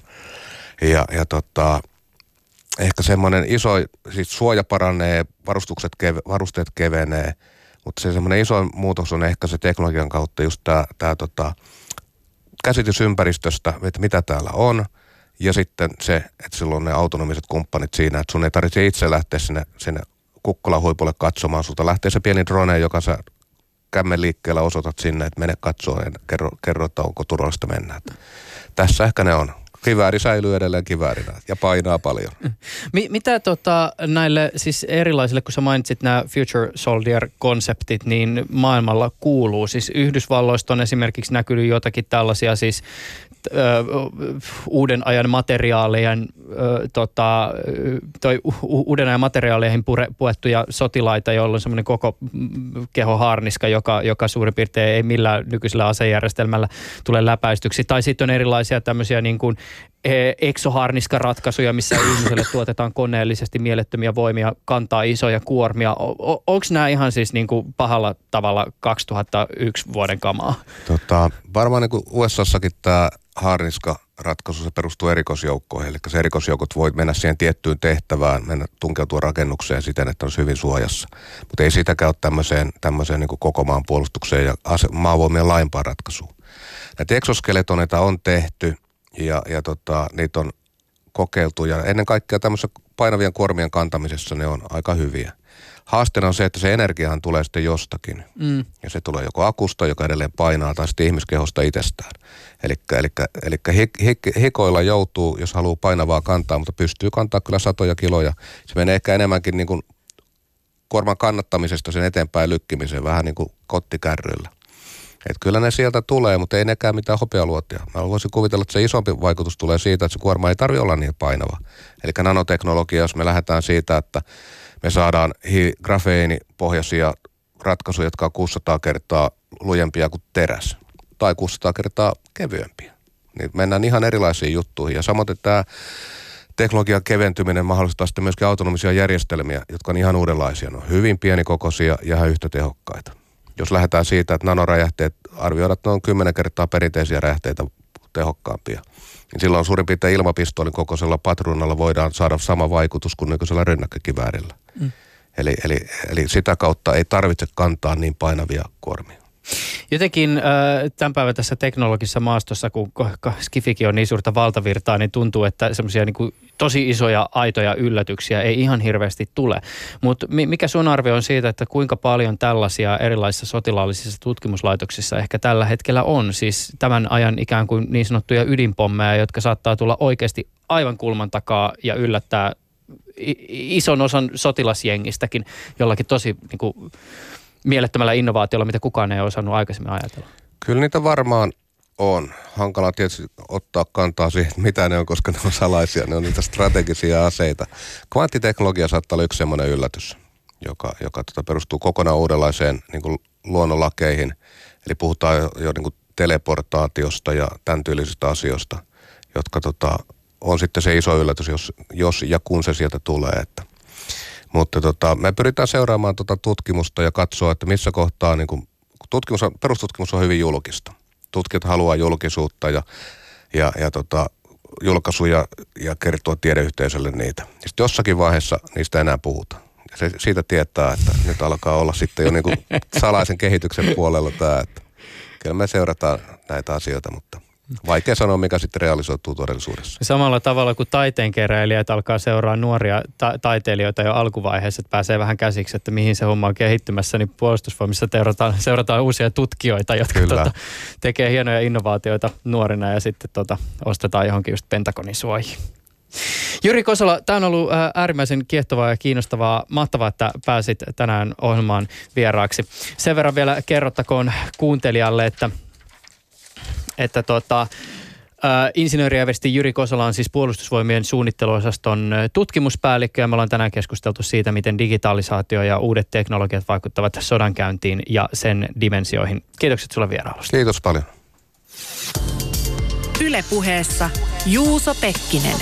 ehkä semmoinen iso, siis suoja paranee, varusteet kevenee, mutta se semmoinen iso muutos on ehkä se teknologian kautta just tämä käsitys ympäristöstä, että mitä täällä on, ja sitten se, että silloin on ne autonomiset kumppanit siinä, että sun ei tarvitse itse lähteä sinne Kukkolan huipulle katsomaan. Sulta lähtee se pieni drone, joka sä kämmen liikkeellä osoitat sinne, että mene katsoa ja kerro, että onko turvallista mennä. Tässä ehkä ne on. Kivääri säilyy edelleen kiväärinä ja painaa paljon. Mitä näille siis erilaisille, kun sä mainitsit nämä Future Soldier-konseptit, niin maailmalla kuuluu? Siis Yhdysvalloista on esimerkiksi näkynyt jotakin tällaisia siis uuden ajan materiaalien, uuden ajan materiaaleihin puettuja sotilaita, joilla on semmoinen koko kehohaarniska, joka suurin piirtein ei millään nykyisellä asejärjestelmällä tule läpäistyksi. Tai sitten on erilaisia tämmöisiä niin kuin eksoharniskaratkaisuja, missä ihmiselle tuotetaan koneellisesti mielettömiä voimia kantaa isoja kuormia. Onko nämä ihan siis niin kuin pahalla tavalla 2001 vuoden kamaa? Varmaan niin kuin USAssakin tämä harniskaratkaisu, se perustuu erikoisjoukkoihin. Eli se erikoisjoukot voi mennä siihen tiettyyn tehtävään, tunkeutua rakennukseen siten, että olisi hyvin suojassa. Mutta ei sitäkään ole tämmöiseen niin kuin koko maan puolustukseen ja maavoimien laajempaan ratkaisuun. Näitä eksoskeletoneita on tehty ja niitä on kokeiltu ja ennen kaikkea tämmöisessä painavien kuormien kantamisessa ne on aika hyviä. Haasteena on se, että se energiahan tulee sitten jostakin. Ja se tulee joko akusta, joka edelleen painaa, tai sitten ihmiskehosta itsestään. Eli hikoilla joutuu, jos haluaa painavaa kantaa, mutta pystyy kantaa kyllä satoja kiloja. Se menee ehkä enemmänkin niin kuin kuorman kannattamisesta sen eteenpäin lykkimiseen, vähän niin kuin kottikärryillä. Että kyllä ne sieltä tulee, mutta ei nekään mitään hopealuotia. Mä voisin kuvitella, että se isompi vaikutus tulee siitä, että se kuorma ei tarvitse olla niin painava. Eli nanoteknologia, jos me lähdetään siitä, että me saadaan grafeenipohjaisia ratkaisuja, jotka on 600 kertaa lujempia kuin teräs. Tai 600 kertaa kevyempiä. Niin mennään ihan erilaisiin juttuihin. Ja samoin tämä teknologian keventyminen mahdollistaa sitten myöskin autonomisia järjestelmiä, jotka on ihan uudenlaisia. Ne on hyvin pienikokoisia ja ihan yhtä tehokkaita. Jos lähdetään siitä, että nanoräjähteet arvioidaan, että ne on 10 kertaa perinteisiä räjähteitä tehokkaampia, niin silloin suurin piirtein ilmapistoolin kokoisella patruunalla voidaan saada sama vaikutus kuin nykyisellä rynnäkkökiväärillä. Eli sitä kautta ei tarvitse kantaa niin painavia kuormia. Jotenkin tämän päivän tässä teknologisessa maastossa, kun skifikin on niin suurta valtavirtaa, niin tuntuu, että semmoisia niin kuin tosi isoja aitoja yllätyksiä ei ihan hirveästi tule. Mutta mikä sun arvio on siitä, että kuinka paljon tällaisia erilaisissa sotilaallisissa tutkimuslaitoksissa ehkä tällä hetkellä on? Siis tämän ajan ikään kuin niin sanottuja ydinpommeja, jotka saattaa tulla oikeasti aivan kulman takaa ja yllättää ison osan sotilasjengistäkin jollakin tosi niin kuin mielettömällä innovaatiolla, mitä kukaan ei osannut aikaisemmin ajatella. Kyllä niitä varmaan on. Hankalaa tietysti ottaa kantaa siihen, mitä ne on, koska ne on salaisia. Ne on niitä strategisia aseita. Kvanttiteknologia saattaa olla yksi semmoinen yllätys, joka perustuu kokonaan uudenlaiseen niin kuin luonnonlakeihin. Eli puhutaan jo niin kuin teleportaatiosta ja tämän tyylisistä asioista, jotka on sitten se iso yllätys, jos ja kun se sieltä tulee, mutta me pyritään seuraamaan tutkimusta ja katsoa, että missä kohtaa niin kun perustutkimus on hyvin julkista. Tutkijat haluaa julkisuutta ja julkaisuja ja kertoa tiedeyhteisölle niitä. Ja sitten jossakin vaiheessa niistä enää puhuta. Ja siitä tietää, että nyt alkaa olla sitten jo niin kuin salaisen kehityksen puolella tämä, että kyllä me seurataan näitä asioita, mutta vaikea sanoa, mikä sitten realisoituu todellisuudessa. Samalla tavalla kuin taiteenkeräilijät alkaa seuraa nuoria taiteilijoita jo alkuvaiheessa, että pääsee vähän käsiksi, että mihin se homma on kehittymässä, niin Puolustusvoimissa seurataan uusia tutkijoita, jotka tekee hienoja innovaatioita nuorina ja sitten ostetaan johonkin just Pentagonin suojiin. Jyri Kosola, tämä on ollut äärimmäisen kiehtovaa ja kiinnostavaa. Mahtavaa, että pääsit tänään ohjelmaan vieraaksi. Sen verran vielä kerrottakoon kuuntelijalle, että insinöörieversisti Jyri Kosola on siis Puolustusvoimien suunnitteluosaston tutkimuspäällikkö ja me ollaan tänään keskusteltu siitä, miten digitalisaatio ja uudet teknologiat vaikuttavat sodankäyntiin ja sen dimensioihin. Kiitokset sulle vierailusta. Kiitos paljon. Yle Puheessa Juuso Pekkinen.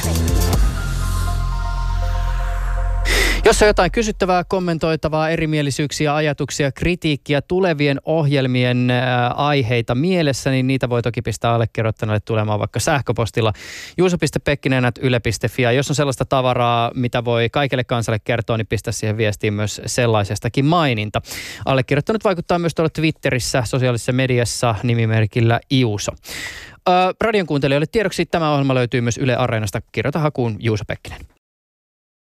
Jos on jotain kysyttävää, kommentoitavaa, erimielisyyksiä, ajatuksia, kritiikkiä, tulevien ohjelmien aiheita mielessä, niin niitä voi toki pistää allekirjoittaneelle tulemaan vaikka sähköpostilla juuso.pekkinen@yle.fi. Ja jos on sellaista tavaraa, mitä voi kaikille kansalle kertoa, niin pistä siihen viestiin myös sellaisestakin maininta. Allekirjoittanut vaikuttaa myös tuolla Twitterissä, sosiaalisessa mediassa nimimerkillä Juuso. Radion kuuntelijoille tiedoksi tämä ohjelma löytyy myös Yle Areenasta. Kirjoita hakuun Juuso Pekkinen.